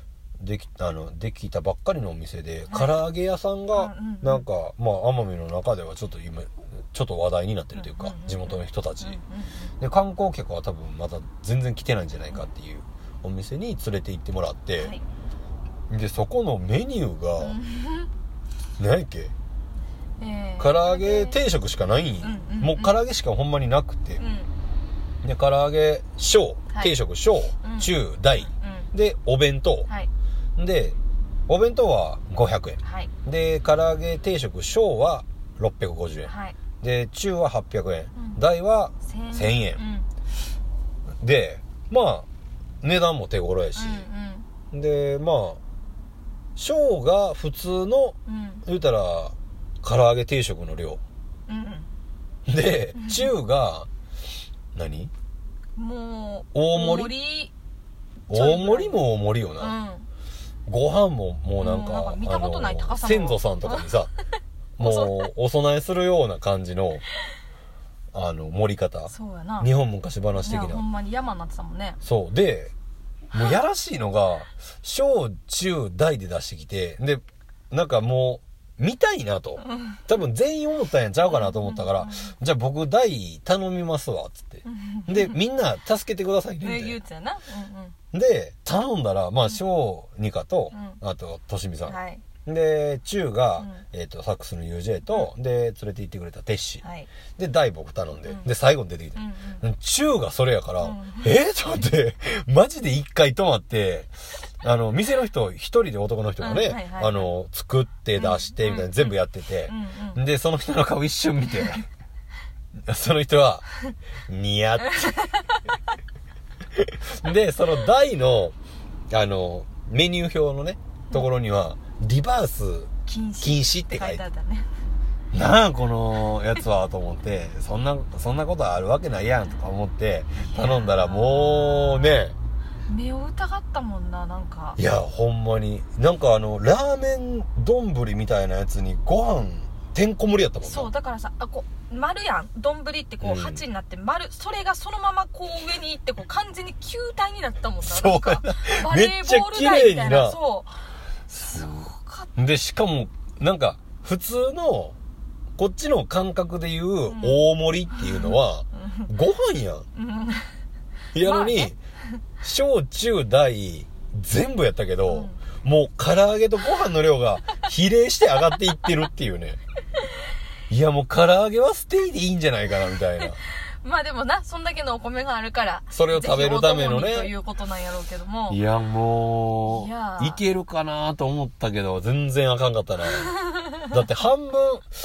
できたばっかりのお店で、唐揚げ屋さんがなんか、まあ奄美の中ではちょっと今ちょっと話題になってるというか、地元の人たちで、観光客は多分まだ全然来てないんじゃないかっていうお店に連れて行ってもらって、でそこのメニューが何やっけ、唐揚げ定食しかないん、もう唐揚げしかほんまになくて、で唐揚げ小、定食小、中大でお弁当、でお弁当は500円、で唐揚げ定食小は650円、で中は800円、大は1000円、でまあ値段も手頃やし、でまあ小が普通の、言うたら唐揚げ定食の量、で中が何、 もう大盛りも大盛りよな、ご飯ももうなんか見たことない高さの先祖さんとかにさもうお供えするような感じの盛り方、 そうやな、 日本昔話的な、 ほんまに山になってたもんね。 そうで、もうやらしいのが小中大で出してきて、でなんかもう見たいなと、多分全員思ったんやんちゃうかなと思ったから、じゃあ僕大頼みますわっつって、でみんな助けてくださいねみたいな言うてたな、 で頼んだら、まあ小2課と、あととしみさん、で中が、サックスの UJ と、で連れて行ってくれたテッシ、で大僕頼んで、で最後に出てきて、中がそれやから、と思ってマジで一回止まって、店の人一人で男の人がね、作って出してみたいな全部やってて、でその人の顔一瞬見てその人はニヤってでその大のメニュー表のねところにはリバース禁止って書いてあったね。なあこのやつはと思って、そんなことあるわけないやんとか思って頼んだら、もうね目を疑ったもんな。なんかいやほんまになんかラーメン丼みたいなやつにご飯てんこ盛りやったもんな。 そうだからさ、こう丸やん、丼ってこう8になって丸、それがそのままこう上に行ってこう完全に球体になったもんな。 そうなんかバレーボール台みたいな。そうすごかった。でしかもなんか普通のこっちの感覚でいう大盛りっていうのはご飯やん、やのに、小中大全部やったけど、もう唐揚げとご飯の量が比例して上がっていってるっていうね。いやもう唐揚げはステイでいいんじゃないかなみたいな。 まあでもな、そんだけのお米があるからそれを食べるためのねということなんやろうけども、 いやもういけるかなと思ったけど全然あかんかったな。だって半分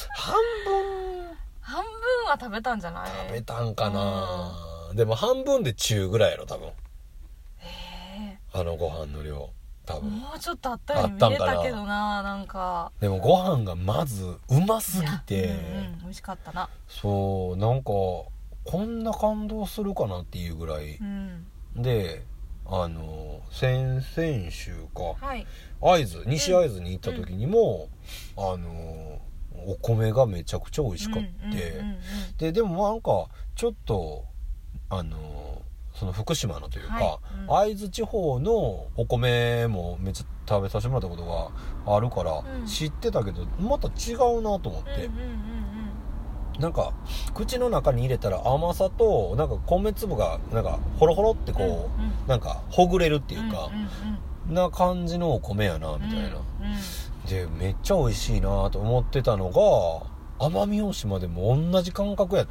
は食べたんじゃない？ 食べたんかな、でも半分で中ぐらいやろ多分。ご飯の量多分もうちょっとあったように見えたけどな。なんかでもご飯がまずうますぎて、 美味しかったな。 そうなんかこんな感動するかなっていうぐらい、で先々週か、西会津に行った時にも、お米がめちゃくちゃ美味しかって、でもなんかちょっとその福島のというか、会津地方のお米もめっちゃ食べさせてもらったことがあるから、知ってたけどまた違うなと思って、なんか口の中に入れたら甘さとなんか米粒がなんかホロホロってこう、なんかほぐれるっていうか、な感じのお米やなみたいな、でめっちゃ美味しいなと思ってたのが奄美大島でも同じ感覚やって、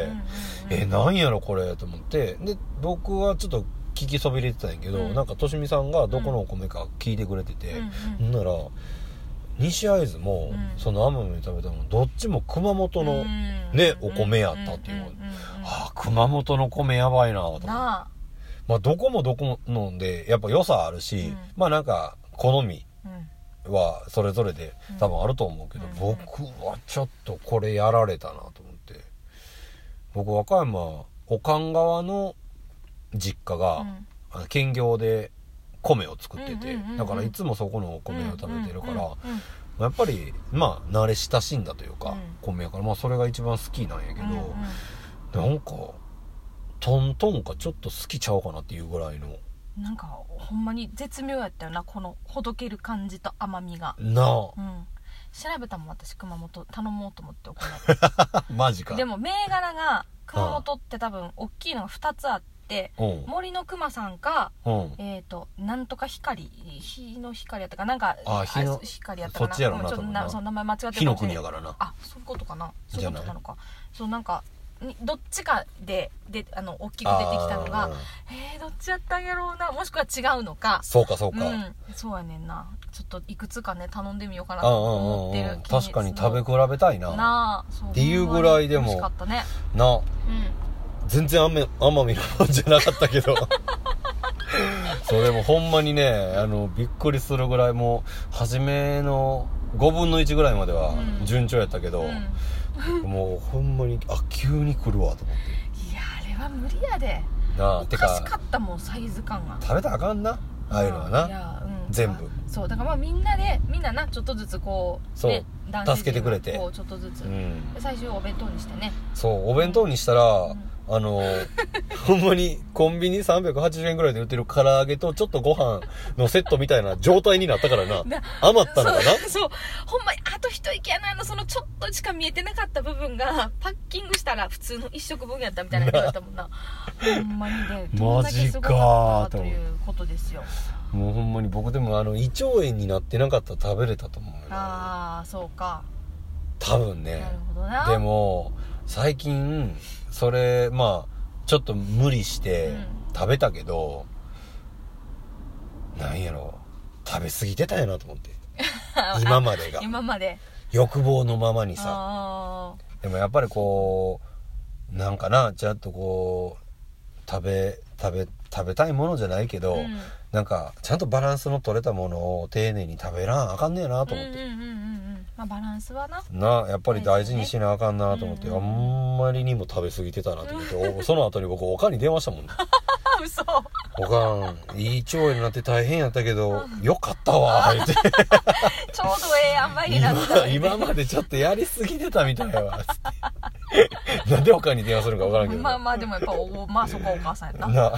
なんやろこれと思って、で僕はちょっと聞きそびれてたんやけど、なんかとしみさんがどこのお米か聞いてくれてて、なら西会津も、その奄美で食べたのどっちも熊本のね、お米やったっていう、熊本の米やばいなと思って、まあどこもどこのでやっぱ良さあるし、まあなんか好みはそれぞれで多分あると思うけど、僕はちょっとこれやられたなと思って、僕和歌山おかん側の実家が、兼業で米を作ってて、だからいつもそこのお米を食べてるから、やっぱりまあ慣れ親しんだというか、米やからまあそれが一番好きなんやけど、なんかトントンかちょっと好きちゃうかなっていうぐらいのなんかほんまに絶妙やったよな、このほどける感じと甘みがなあ、 うん、調べたもん私熊本頼もうと思ってお米マジか。 でも銘柄が熊本って多分大きいのが2つあって、森の熊さんか、なんとか光、日の光やったかなんか、 日の光やったかな、 そっちやろな、 ちょっとその名前間違ってる日の国やからな。 あ、そういうことかな、そういうことなのか。そう、なんかどっちかで大きく出てきたのが、どっちやったんやろうな、もしくは違うのか。 そうかそうか、 そうやねんな。ちょっといくつかね頼んでみようかなと思ってる。 確かに食べ比べたいなっていうぐらいでも美味しかったね。 な、全然奄美のもんじゃなかったけどそうでもほんまにね、びっくりするぐらい、もう初めの5分の1ぐらいまでは順調やったけど、もうほんまに急に来るわと思って。 いやあれは無理やでなあ、 おかしかったもん、サイズ感が。 食べたらあかんな、ああいうのはな、全部。 そうだからまあみんななちょっとずつこう、 そう、助けてくれて、 こうちょっとずつ、最終お弁当にしてね。 そう、お弁当にしたら、ほんまにコンビニ380円ぐらいで売ってる唐揚げとちょっとご飯のセットみたいな状態になったからな余ったのかな。 そうほんまにあと一息やな、そのちょっとしか見えてなかった部分がパッキングしたら普通の1食分やったみたいな感じだったもんなほんまにね、どんだけすごかったということですよ。 もうほんまに僕でも胃腸炎になってなかったら食べれたと思うよ。 ああ、そうか、 多分ね。 なるほどな。 でも最近それまあちょっと無理して食べたけど、なんやろ、食べ過ぎてたんやなと思って今までが欲望のままにさ。でもやっぱりこうなんかな、ちゃんとこう食べたいものじゃないけど、なんかちゃんとバランスの取れたものを丁寧に食べなあかんねやなと思って、 まあ、バランスはやっぱり大事にしなあかんなと思って、あんまりにも食べ過ぎてたなと思ってその後に僕おかんに電話したもんね嘘。 おかんいい腸炎になって大変やったけど、よかったわってちょうど塩梅になった今までちょっとやりすぎてたみたいやわってなんでおかんに電話するか分からんけど、 まあでもやっぱまあそこはお母さんやな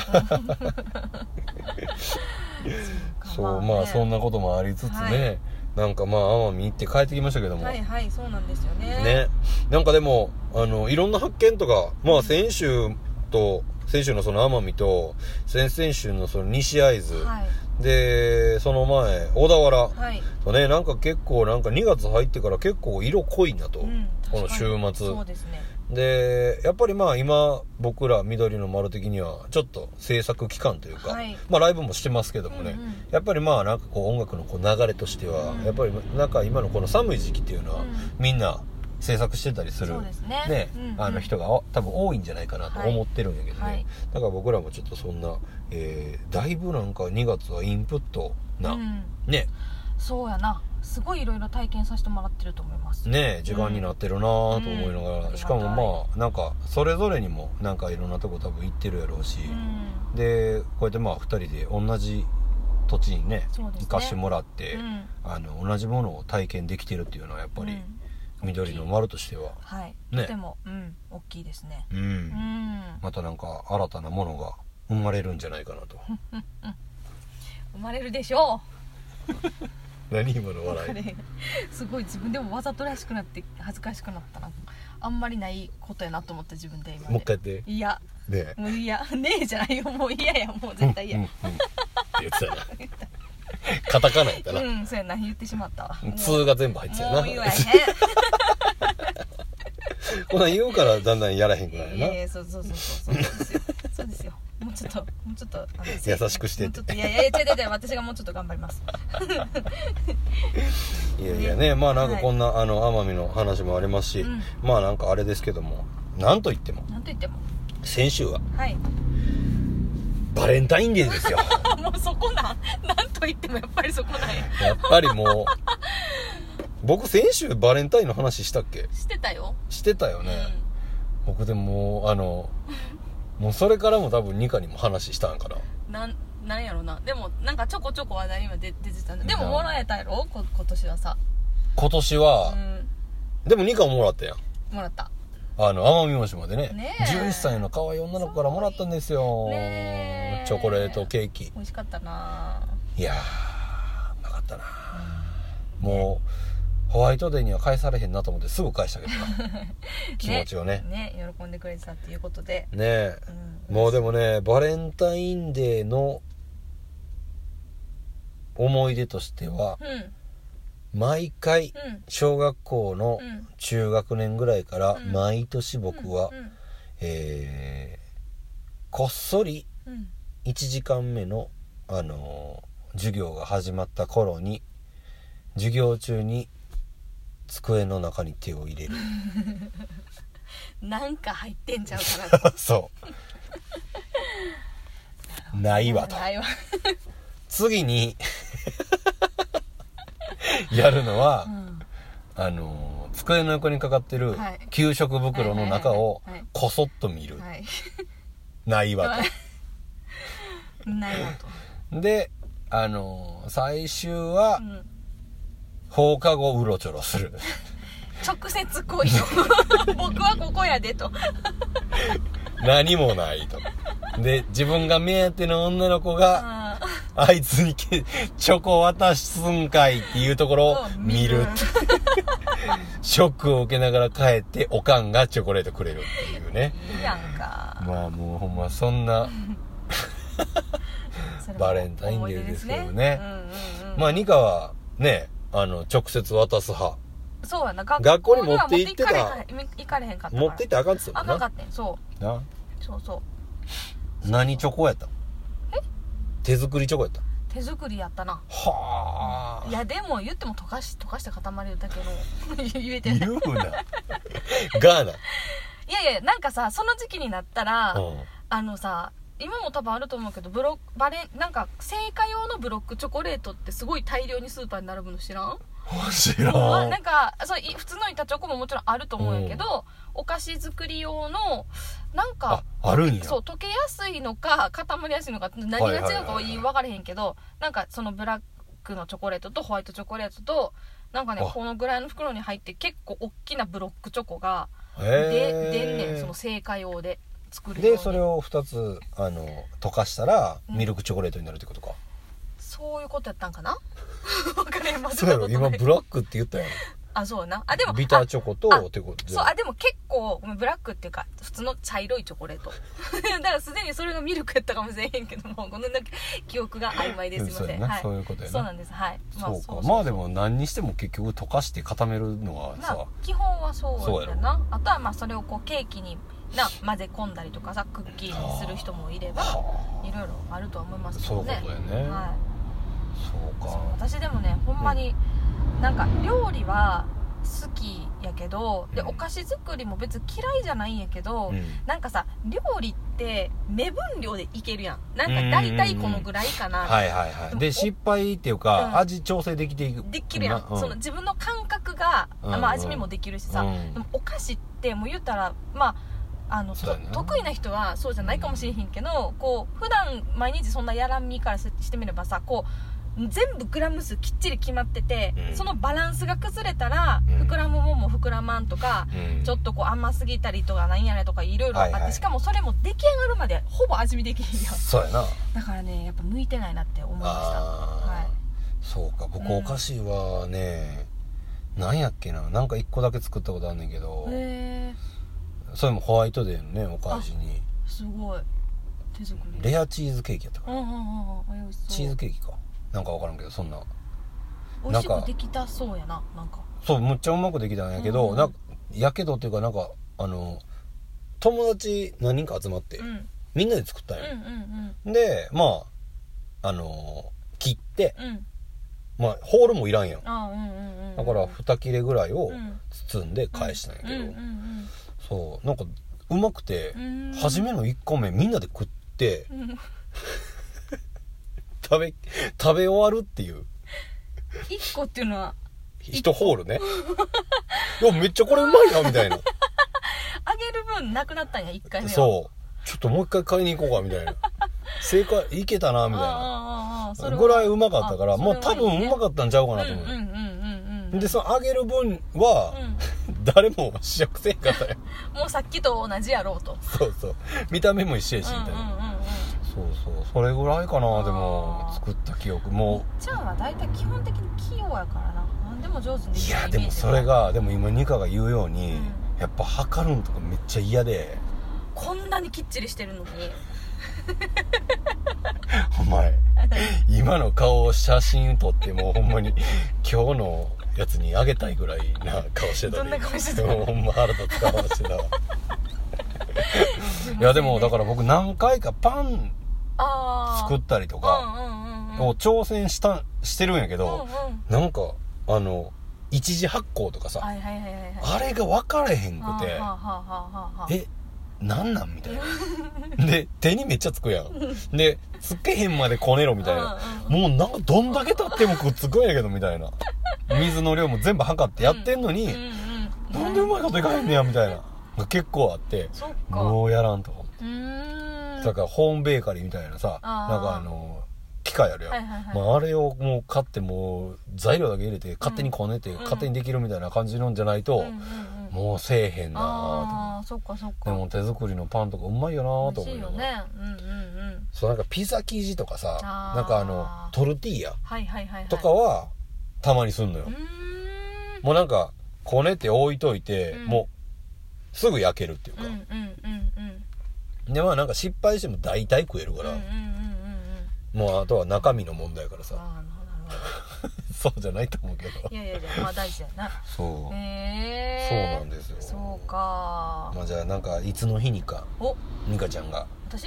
そう、まあそんなこともありつつね、なんかまあ奄美行って帰ってきましたけども、 そうなんですよね。 なんかでもいろんな発見とか、まあ先週のその奄美と先々週のその西会津、でその前小田原とね、なんか結構なんか2月入ってから結構色濃いなと、この週末。 そうですね。 でやっぱりまあ今僕ら緑の丸的にはちょっと制作期間というか、まあライブもしてますけどもね、やっぱりまあなんかこう音楽のこう流れとしては、やっぱりなんか今のこの寒い時期っていうのは、みんな制作してたりするね、人が多分多いんじゃないかなと思ってるんやけどね、だから僕らもちょっとそんな、だいぶなんか2月はインプットな、ね、 そうやな、すごいいろいろ体験させてもらってると思いますね。時間になってるなと思いながら、しかもまあなんかそれぞれにもなんかいろんなとこ多分行ってるやろうし、でこうやってまあ2人で同じ土地にね行かしてもらって、同じものを体験できてるっていうのはやっぱり、緑の丸としては、 とても、大きいですね。 またなんか新たなものが生まれるんじゃないかなと生まれるでしょう何今の笑いすごい自分でもわざとらしくなって恥ずかしくなったな。あんまりないことやなと思って自分で今もう一回やって。 いやねもういやねえじゃないよ、もう嫌や、もう絶対嫌って言ってたなカタカナやったな。 そうやな、言ってしまったわ。 通が全部入ってたよな。 もう言わへんこんなん言うからだんだんやらへんくなるな。 そうですよ。もうちょっと優しくしてって。 いや私がもうちょっと頑張りますいやね、まあなんかこんな奄美の話もありますし、まあなんかあれですけども、なんといっても先週はバレンタインデーですよもうそこなんといってもやっぱりそこなんや。 やっぱりもう僕先週バレンタインの話したっけ？ してたよね、僕でももうそれからも多分ニカにも話したんかな。 なんやろな。でもなんかちょこちょこ話題には出てたんで。でももらえたやろ今年はさ。 今年は、でもニカももらったやん。 もらった。 奄美大島でね11歳の可愛い女の子からもらったんですよ。 チョコレートケーキ美味しかったな。 いやーなかったな、もうホワイトデーには返されへんなと思ってすぐ返したけどな気持ちをね喜んでくれてたっていうことでねえ、もうでもねバレンタインデーの思い出としては、毎回小学校の中学年ぐらいから毎年僕は、こっそり1時間目の、授業が始まった頃に授業中に机の中に手を入れるなんか入ってんちゃうかなそうないわとないわ次にやるのは、机の横にかかってる給食袋の中をこそっと見る、ないわとないわとで最終は、放課後うろちょろする直接来いと僕はここやでと何もないとで自分が目当ての女の子があいつにチョコ渡すんかいっていうところを見るショックを受けながら帰っておかんがチョコレートくれるっていうね。 いいやんか。 まあもうほんまそんなバレンタインデーですけどね、まあニカはね直接渡す派。 そうやな、 学校に持って行ってた。 行かれへんかったから。 持って行ってあかんっつったもんな。あかんかってん、そうな。 そう何チョコやった？手作りチョコやった？ 手作りやったな。 はあ。 いやでも言っても溶かして固まるだけの言えてない。 言うな。ガーナ。 いやいや、なんかさ、その時期になったら、さ、今も多分あると思うけど、なんか製菓用のブロックチョコレートってすごい大量にスーパーに並ぶの知らん？ 知らん。 なんかそう普通の板チョコももちろんあると思うんやけど、お菓子作り用のなんかあるんや。 そう、溶けやすいのか固まりやすいのか何が違うかは分かれへんけど、なんかそのブラックのチョコレートとホワイトチョコレートとなんかね、このぐらいの袋に入って結構大きなブロックチョコが出んねん、その製菓用で作るように。 でそれを2つ溶かしたらミルクチョコレートになるってことか。 そういうことやったんかな。分かれへん。 そうやろ、今ブラックって言ったやん。 あ、そうな。あ、でもビターチョコとってことで。 そう、でも結構ブラックっていうか普通の茶色いチョコレートだからすでにそれがミルクやったかもしれへんけども、この記憶が曖昧です。すいません。はい、 そういうことやな。 そうなんです。はい。 そうか。まあでも何にしても結局溶かして固めるのはさ、 基本はそうやな。あとはまあそれをこうケーキに混ぜ込んだりとかさ、クッキーにする人もいればいろいろあるとは思いますけどね。 そういうことやね。はい。そうか。 私でもね、ほんまになんか料理は好きやけど、でお菓子作りも別に嫌いじゃないんやけど、なんかさ、料理って目分量でいけるやん。なんか大体このぐらいかな。 はいはいはい。で失敗っていうか、味調整できていく。 できるやん。その自分の感覚が、まあ味見もできるしさ。でもお菓子ってもう言ったらまあ得意な人はそうじゃないかもしれへんけど、こう普段毎日そんなやらんみからしてみればさ、こう全部グラム数きっちり決まってて、そのバランスが崩れたら、膨らむもんも膨らまんとか、ちょっとこう甘すぎたりとかなんやねとかいろいろあって、しかもそれも出来上がるまでほぼ味見できへんやん。 そうやな。 だからね、やっぱ向いてないなって思いました。はい。 そうか、僕お菓子はね、なんやっけな、なんか1個だけ作ったことあんねんけど、それもホワイトデーのね、お菓子に。 すごい。手作り。 レアチーズケーキやったかな。チーズケーキか。なんか分からんけど、そんな美味しくできたそうやな。なんかそう、むっちゃうまくできたんやけど、なんかやけどっていうか、なんか友達何人か集まって、みんなで作ったんや、でまあ切って、まあホールもいらんやん、だから2切れぐらいを包んで返したんやけど、そうなんかうまくて、初めの1個目みんなで食って、食べ終わるっていう。 1個っていうのは 1ホールね。いやめっちゃこれうまいなみたいな。 あげる分なくなったんや、1回目は。 そうちょっともう一回買いに行こうかみたいな。正解いけたなみたいなぐらいうまかったから、もう多分うまかったんちゃうかなと思う。でそのあげる分は、誰も試食せんかったよ。 もうさっきと同じやろうと。 そうそう、見た目も一緒やしみたいな。 それぐらいかな。でも作った記憶もう。 みっちゃんは大体基本的に器用やからな、何でも上手にできる。 いやでもそれがでも今ニカが言うように、やっぱ測るんとかめっちゃ嫌で、 こんなにきっちりしてるのにお前今の顔を写真撮ってもうほんまに今日のやつにあげたいぐらいな顔してたどんな顔してたほんま腹立つ顔してたいやでもだから僕何回かパン作ったりとかを挑戦してるんやけど、なんか一次発酵とかさ、あれが分からへんくて、なんなんみたいなで手にめっちゃつくやんでつけへんまでこねろみたいな、もうなんかどんだけ経ってもくっつくんやけどみたいな、水の量も全部測ってやってんのに、なんでうまいこといかへんねやみたいなが結構あって、もうやらんと思って。だからホームベーカリーみたいなさ、なんか機械あるやん、あれをもう買ってもう材料だけ入れて勝手にこねて、勝手にできるみたいな感じのんじゃないと、もうせえへんなぁと。 そっかそっか。 でも手作りのパンとかうまいよなぁと思うよね。そうなんかピザ生地とかさ、なんかトルティーヤとかはたまにすんのよ。もうなんかこねて置いといて、もうすぐ焼けるっていうか。でまあなんか失敗しても大体食えるから、もうあとは中身の問題からさ。そうじゃないと思うけど。 いやまあ大事やな。 そうそうなんですよ。 そうか。 まあじゃあなんかいつの日にかニカちゃんが私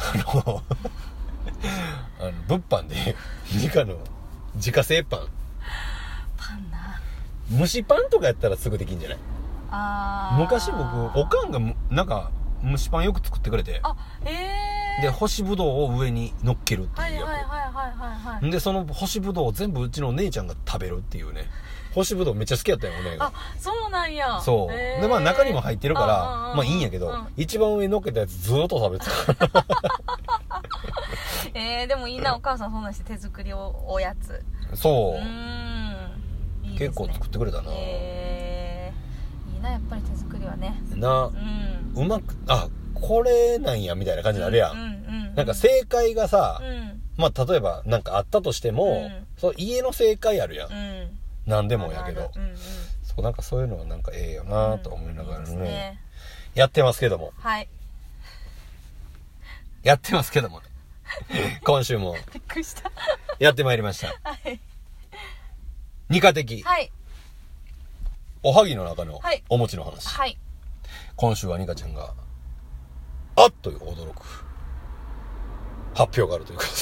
物販でニカの自家製パンな、 蒸しパンとかやったらすぐできんじゃない？昔僕おかんがなんか蒸しパンよく作ってくれて、で干しぶどうを上に乗っけるっていうやつで、その干しぶどうを全部うちの姉ちゃんが食べるっていうね。干しぶどうめっちゃ好きやったよお姉が。 そうなんや。 そうでまあ中にも入ってるからまあいいんやけど、一番上に乗っけたやつずーっと食べてたでもいいな、お母さんそんなんして手作りおやつ。 そういいですね、 結構作ってくれたな。 いいなやっぱり手作りはね。 うまくこれなんやみたいな感じになるやん。なんか正解がさ、まあ例えばなんかあったとしても、そう家の正解あるやん。何でもやけど、そうなんかそういうのはなんかええよなと思いながらね、やってますけども。やってますけどもね今週もびっくりしたやってまいりました。ニカ的おはぎの中のお餅の話。今週はニカちゃんがあっという驚く発表があるということで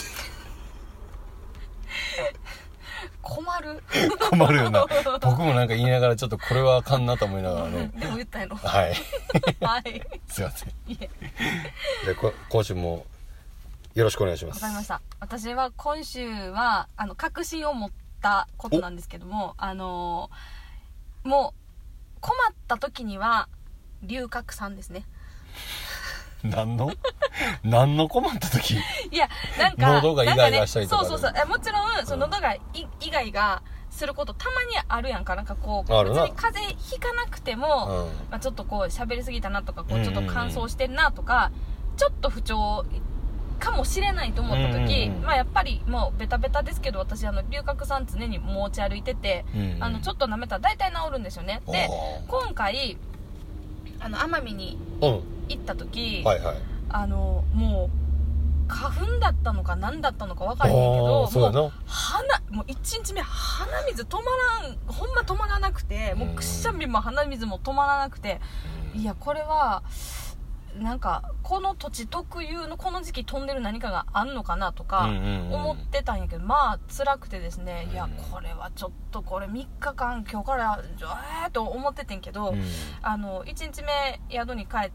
困るよな。僕もなんか言いながらちょっとこれはあかんなと思いながらね。 でも言ったやろ。 はいすいません。で今週もよろしくお願いします。 わかりました。私は今週は確信を持ったことなんですけども、もう困った時には龍角散ですね。 何の困った時？ いやなんか喉がイガイガしたりとか、 そうもちろんその喉がイガイガすることたまにあるやんか。なんかこう別に風邪ひかなくても、まあ、ちょっとこう喋りすぎたなとか、こうちょっと乾燥してんなとか、ちょっと不調かもしれないと思った時、まあやっぱりもうベタベタですけど、私龍角散常に持ち歩いてて、ちょっと舐めたら大体治るんですよね。で今回奄美に行った時、もう花粉だったのか何だったのか分からへんけど、もう1日目鼻水止まらん、ほんま止まらなくて、もうくしゃみも鼻水も止まらなくて、いやこれはなんかこの土地特有のこの時期飛んでる何かがあんのかなとか思ってたんやけど、まあ辛くてですね、いやこれはちょっとこれ3日間今日からと思っててんけど、1日目宿に帰って、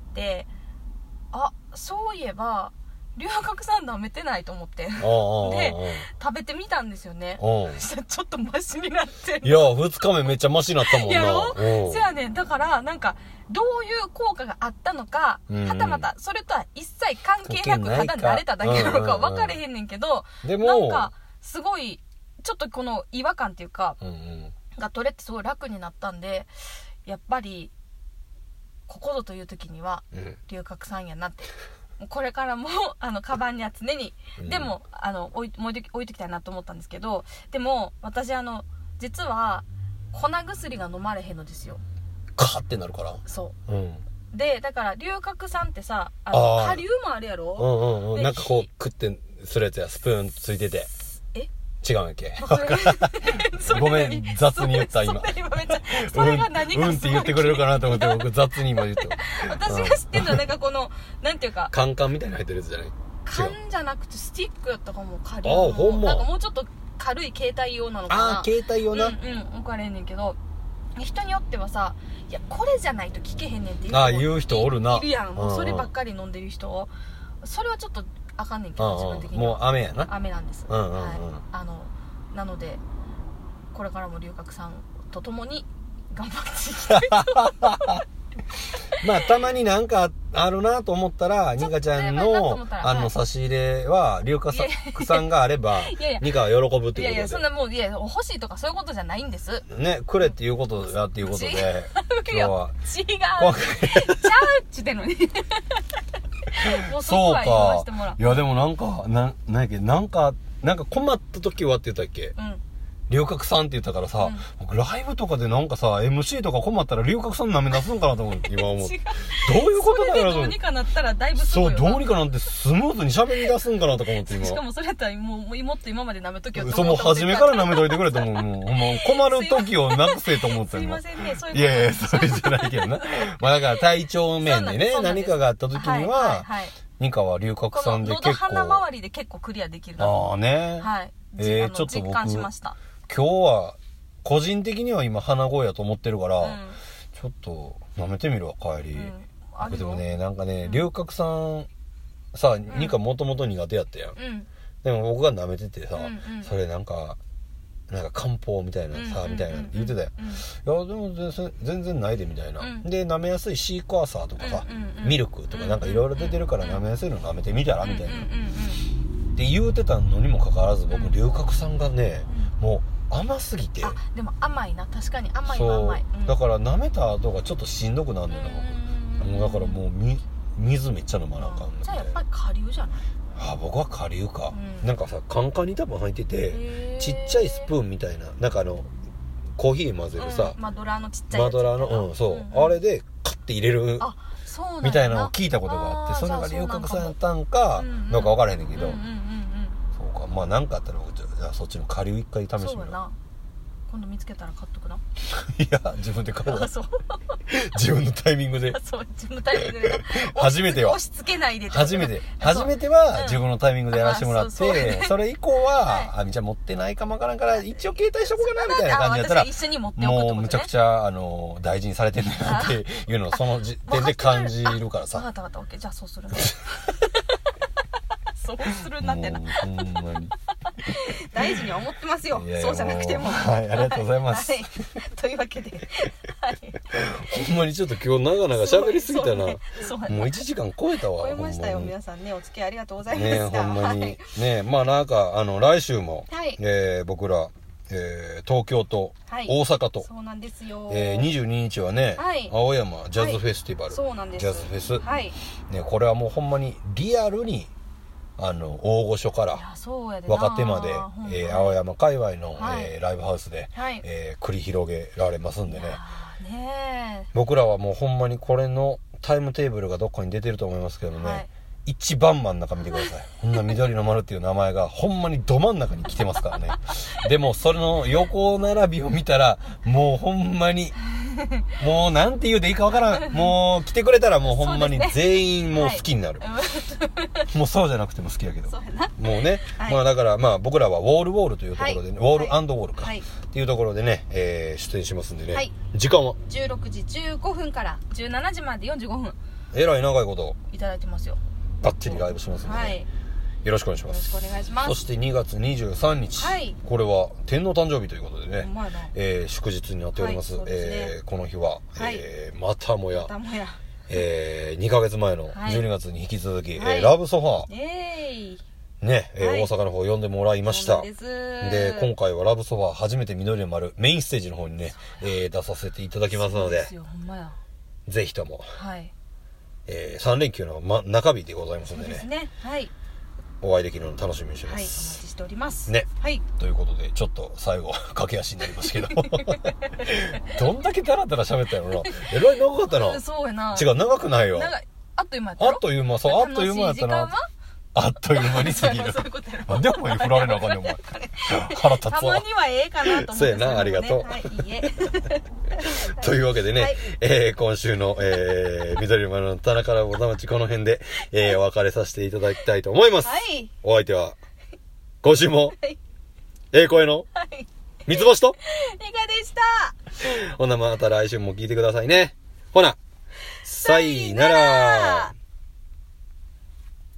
そういえば龍角散舐めてないと思ってで食べてみたんですよね。そしたらちょっとマシになって、 いや2日目めっちゃマシになったもんな。 そうやねん。だからなんかどういう効果があったのか、はたまたそれとは一切関係なくただ慣れただけなのか分かれへんねんけど、なんかすごいちょっとこの違和感っていうか、が取れてすごい楽になったんで、やっぱりここぞという時には龍角散やなってこれからもカバンには常に、でも置いときたいなと思ったんですけど、でも私実は粉薬が飲まれへんのですよ。 カーってなるから。 そう、でだから龍角散ってさ顆粒もあるやろ。 なんかこう食ってするやつや、スプーンついてて。違うんやっけごめん、雑に言った今。 それが何かって言ってくれるかなと思って僕雑に今言って。 私が知ってるのはなんかこのなんていうかカンカンみたいな入ってるやつじゃない？ 缶じゃなくてスティックやったかも。顆粒のほんま。 なんかもうちょっと軽い携帯用なのかな。 携帯用な。 分かれんねんけど、人によってはさ、いやこれじゃないと効けへんねんって言う人おるな。 いるやん。もうそればっかり飲んでる人、それはちょっとあかんねんけど、自分的には。 もう雨やな。 雨なんです。なのでこれからも龍角散とともに頑張っていきたいとまあたまになんかあるなと思ったらニカちゃんの差し入れは龍角散があればニカは喜ぶっていうことで。 いやそんなもう欲しいとかそういうことじゃないんですね。くれっていうことだっていうことで今日は違うちゃうっちゅってんのにもうそこは言わしてもらう。 いやでもなんやっけ、なんか困った時はって言ったっけ、龍角散って言ったからさ、僕ライブとかでなんかさ MC とか困ったら龍角散舐め出すんかなと思って今思ってどういうことだろう。 それでどうにかなったらだいぶすごいよな。 そう、どうにかなってスムーズに喋り出すんかなとか思って今。 しかもそれやったらもっと今まで舐めときよって思った。そう、もう初めから舐めといてくれと思う。もう困る時をなくせと思って。 すいませんね、そういうこと。 いやそれじゃないけどなまあだから体調面でね何かがあった時にはニカは龍角散で結構喉鼻周りで結構クリアできるな。 ね。 はい。 ちょっと実感しました。 今日は個人的には今鼻声やと思ってるから、ちょっと舐めてみるわ帰り。でもねなんかね龍角散さニカもともと苦手やったやん。でも僕が舐めててさ、それなんか漢方みたいなさみたいな言ってたよ。いやでも全然ないでみたいな。で舐めやすいシークワーサーとかさミルクとかなんかいろいろ出てるから舐めやすいの舐めてみたらみたいなって言うてたのにもかかわらず僕龍角散がねもう甘すぎて。 でも甘いな、確かに甘いは甘い。 だから舐めた後がちょっとしんどくなるんだよな僕。もうだからもう水めっちゃ飲まなあかん。 じゃあやっぱり顆粒じゃない？ 僕は顆粒か。なんかさカンカンに多分入っててちっちゃいスプーンみたいななんかコーヒー混ぜるさマドラーのちっちゃいやつ。 マドラーのそうあれでカッて入れるみたいなのを聞いたことがあって、それが龍角散やったんかなんか分からへんねんけど、そうかまあ何かあったらじゃあそっちの顆粒一回試してみよう。 今度見つけたら買っとくな。 いや自分で買うわ。自分のタイミングで。 そう自分のタイミングで。 初めては押し付けないで。 初めては自分のタイミングでやらせてもらって、それ以降はじゃあ持ってないかもわからんから一応携帯しとこうかなみたいな感じだったらもうむちゃくちゃ大事にされてんだなっていうのをその時点で感じるからさ。 分かった OK じゃあそうするね。そうするなってな。 ほんまに大事には思ってますよ。そうじゃなくても。 はい、ありがとうございます。 というわけで、 ほんまにちょっと今日長々喋りすぎたな。もう1時間超えたわ。 超えましたよ皆さんね。お付き合いありがとうございました。 ほんまにね、まあなんか来週も僕ら東京と大阪とそうなんですよ。 22日はね青山ジャズフェスティバル、ジャズフェスね、これはもうほんまにリアルに大御所から若手まで、青山界隈の、ライブハウスで、繰り広げられますんでね。僕らはもうほんまにこれのタイムテーブルがどっかに出てると思いますけどね、一番真ん中見てください。こんな緑の丸っていう名前がほんまにど真ん中に来てますからね。でもそれの横並びを見たらもうほんまにもうなんて言うていいかわからん。もう来てくれたらもうほんまに全員もう好きになる。もうそうじゃなくても好きやけど。もうね、まあだからまあ僕らはウォールというところでね、ウォール&ウォールかっていうところでね、出演しますんでね。時間は 16時15分から17時まで45分。 えらい長いこといただいてますよ。 バッチリライブしますんでね。よろしくお願いします。 よろしくお願いします。 そして2月23日、これは天皇誕生日ということでね、祝日になっております。この日は、またもや2ヶ月前の12月に引き続き、ラブソファーね、大阪の方呼んでもらいました。で今回はラブソファー初めて緑の丸メインステージの方にね、出させていただきますので、ぜひとも 3連休の、中日でございますのでね。 そうですね。はい。 お会いできるのを楽しみにしてます。 はい、お待ちしております。 ね。 はい。 ということで、ちょっと最後、駆け足になりますけど。どんだけダラダラ喋ったんやろな。えらい長かったな。 そうやな。 違う、長くないよ。 あっという間やったろ。 あっという間、そう、あっという間やったな。あっという間に過ぎる。なんでお前に振られなあかんねん、お前。腹立つわ。 たまにはええかなと思って。 そうやな、ありがとう。 はい、いいえ。 というわけでね、今週の、緑馬の棚からぼたまちこの辺で、お別れさせていただきたいと思います。 はい。 お相手は、今週も、声の、三つ星と、 リカでした。 ほなまた来週も聞いてくださいね。ほな、さいなら。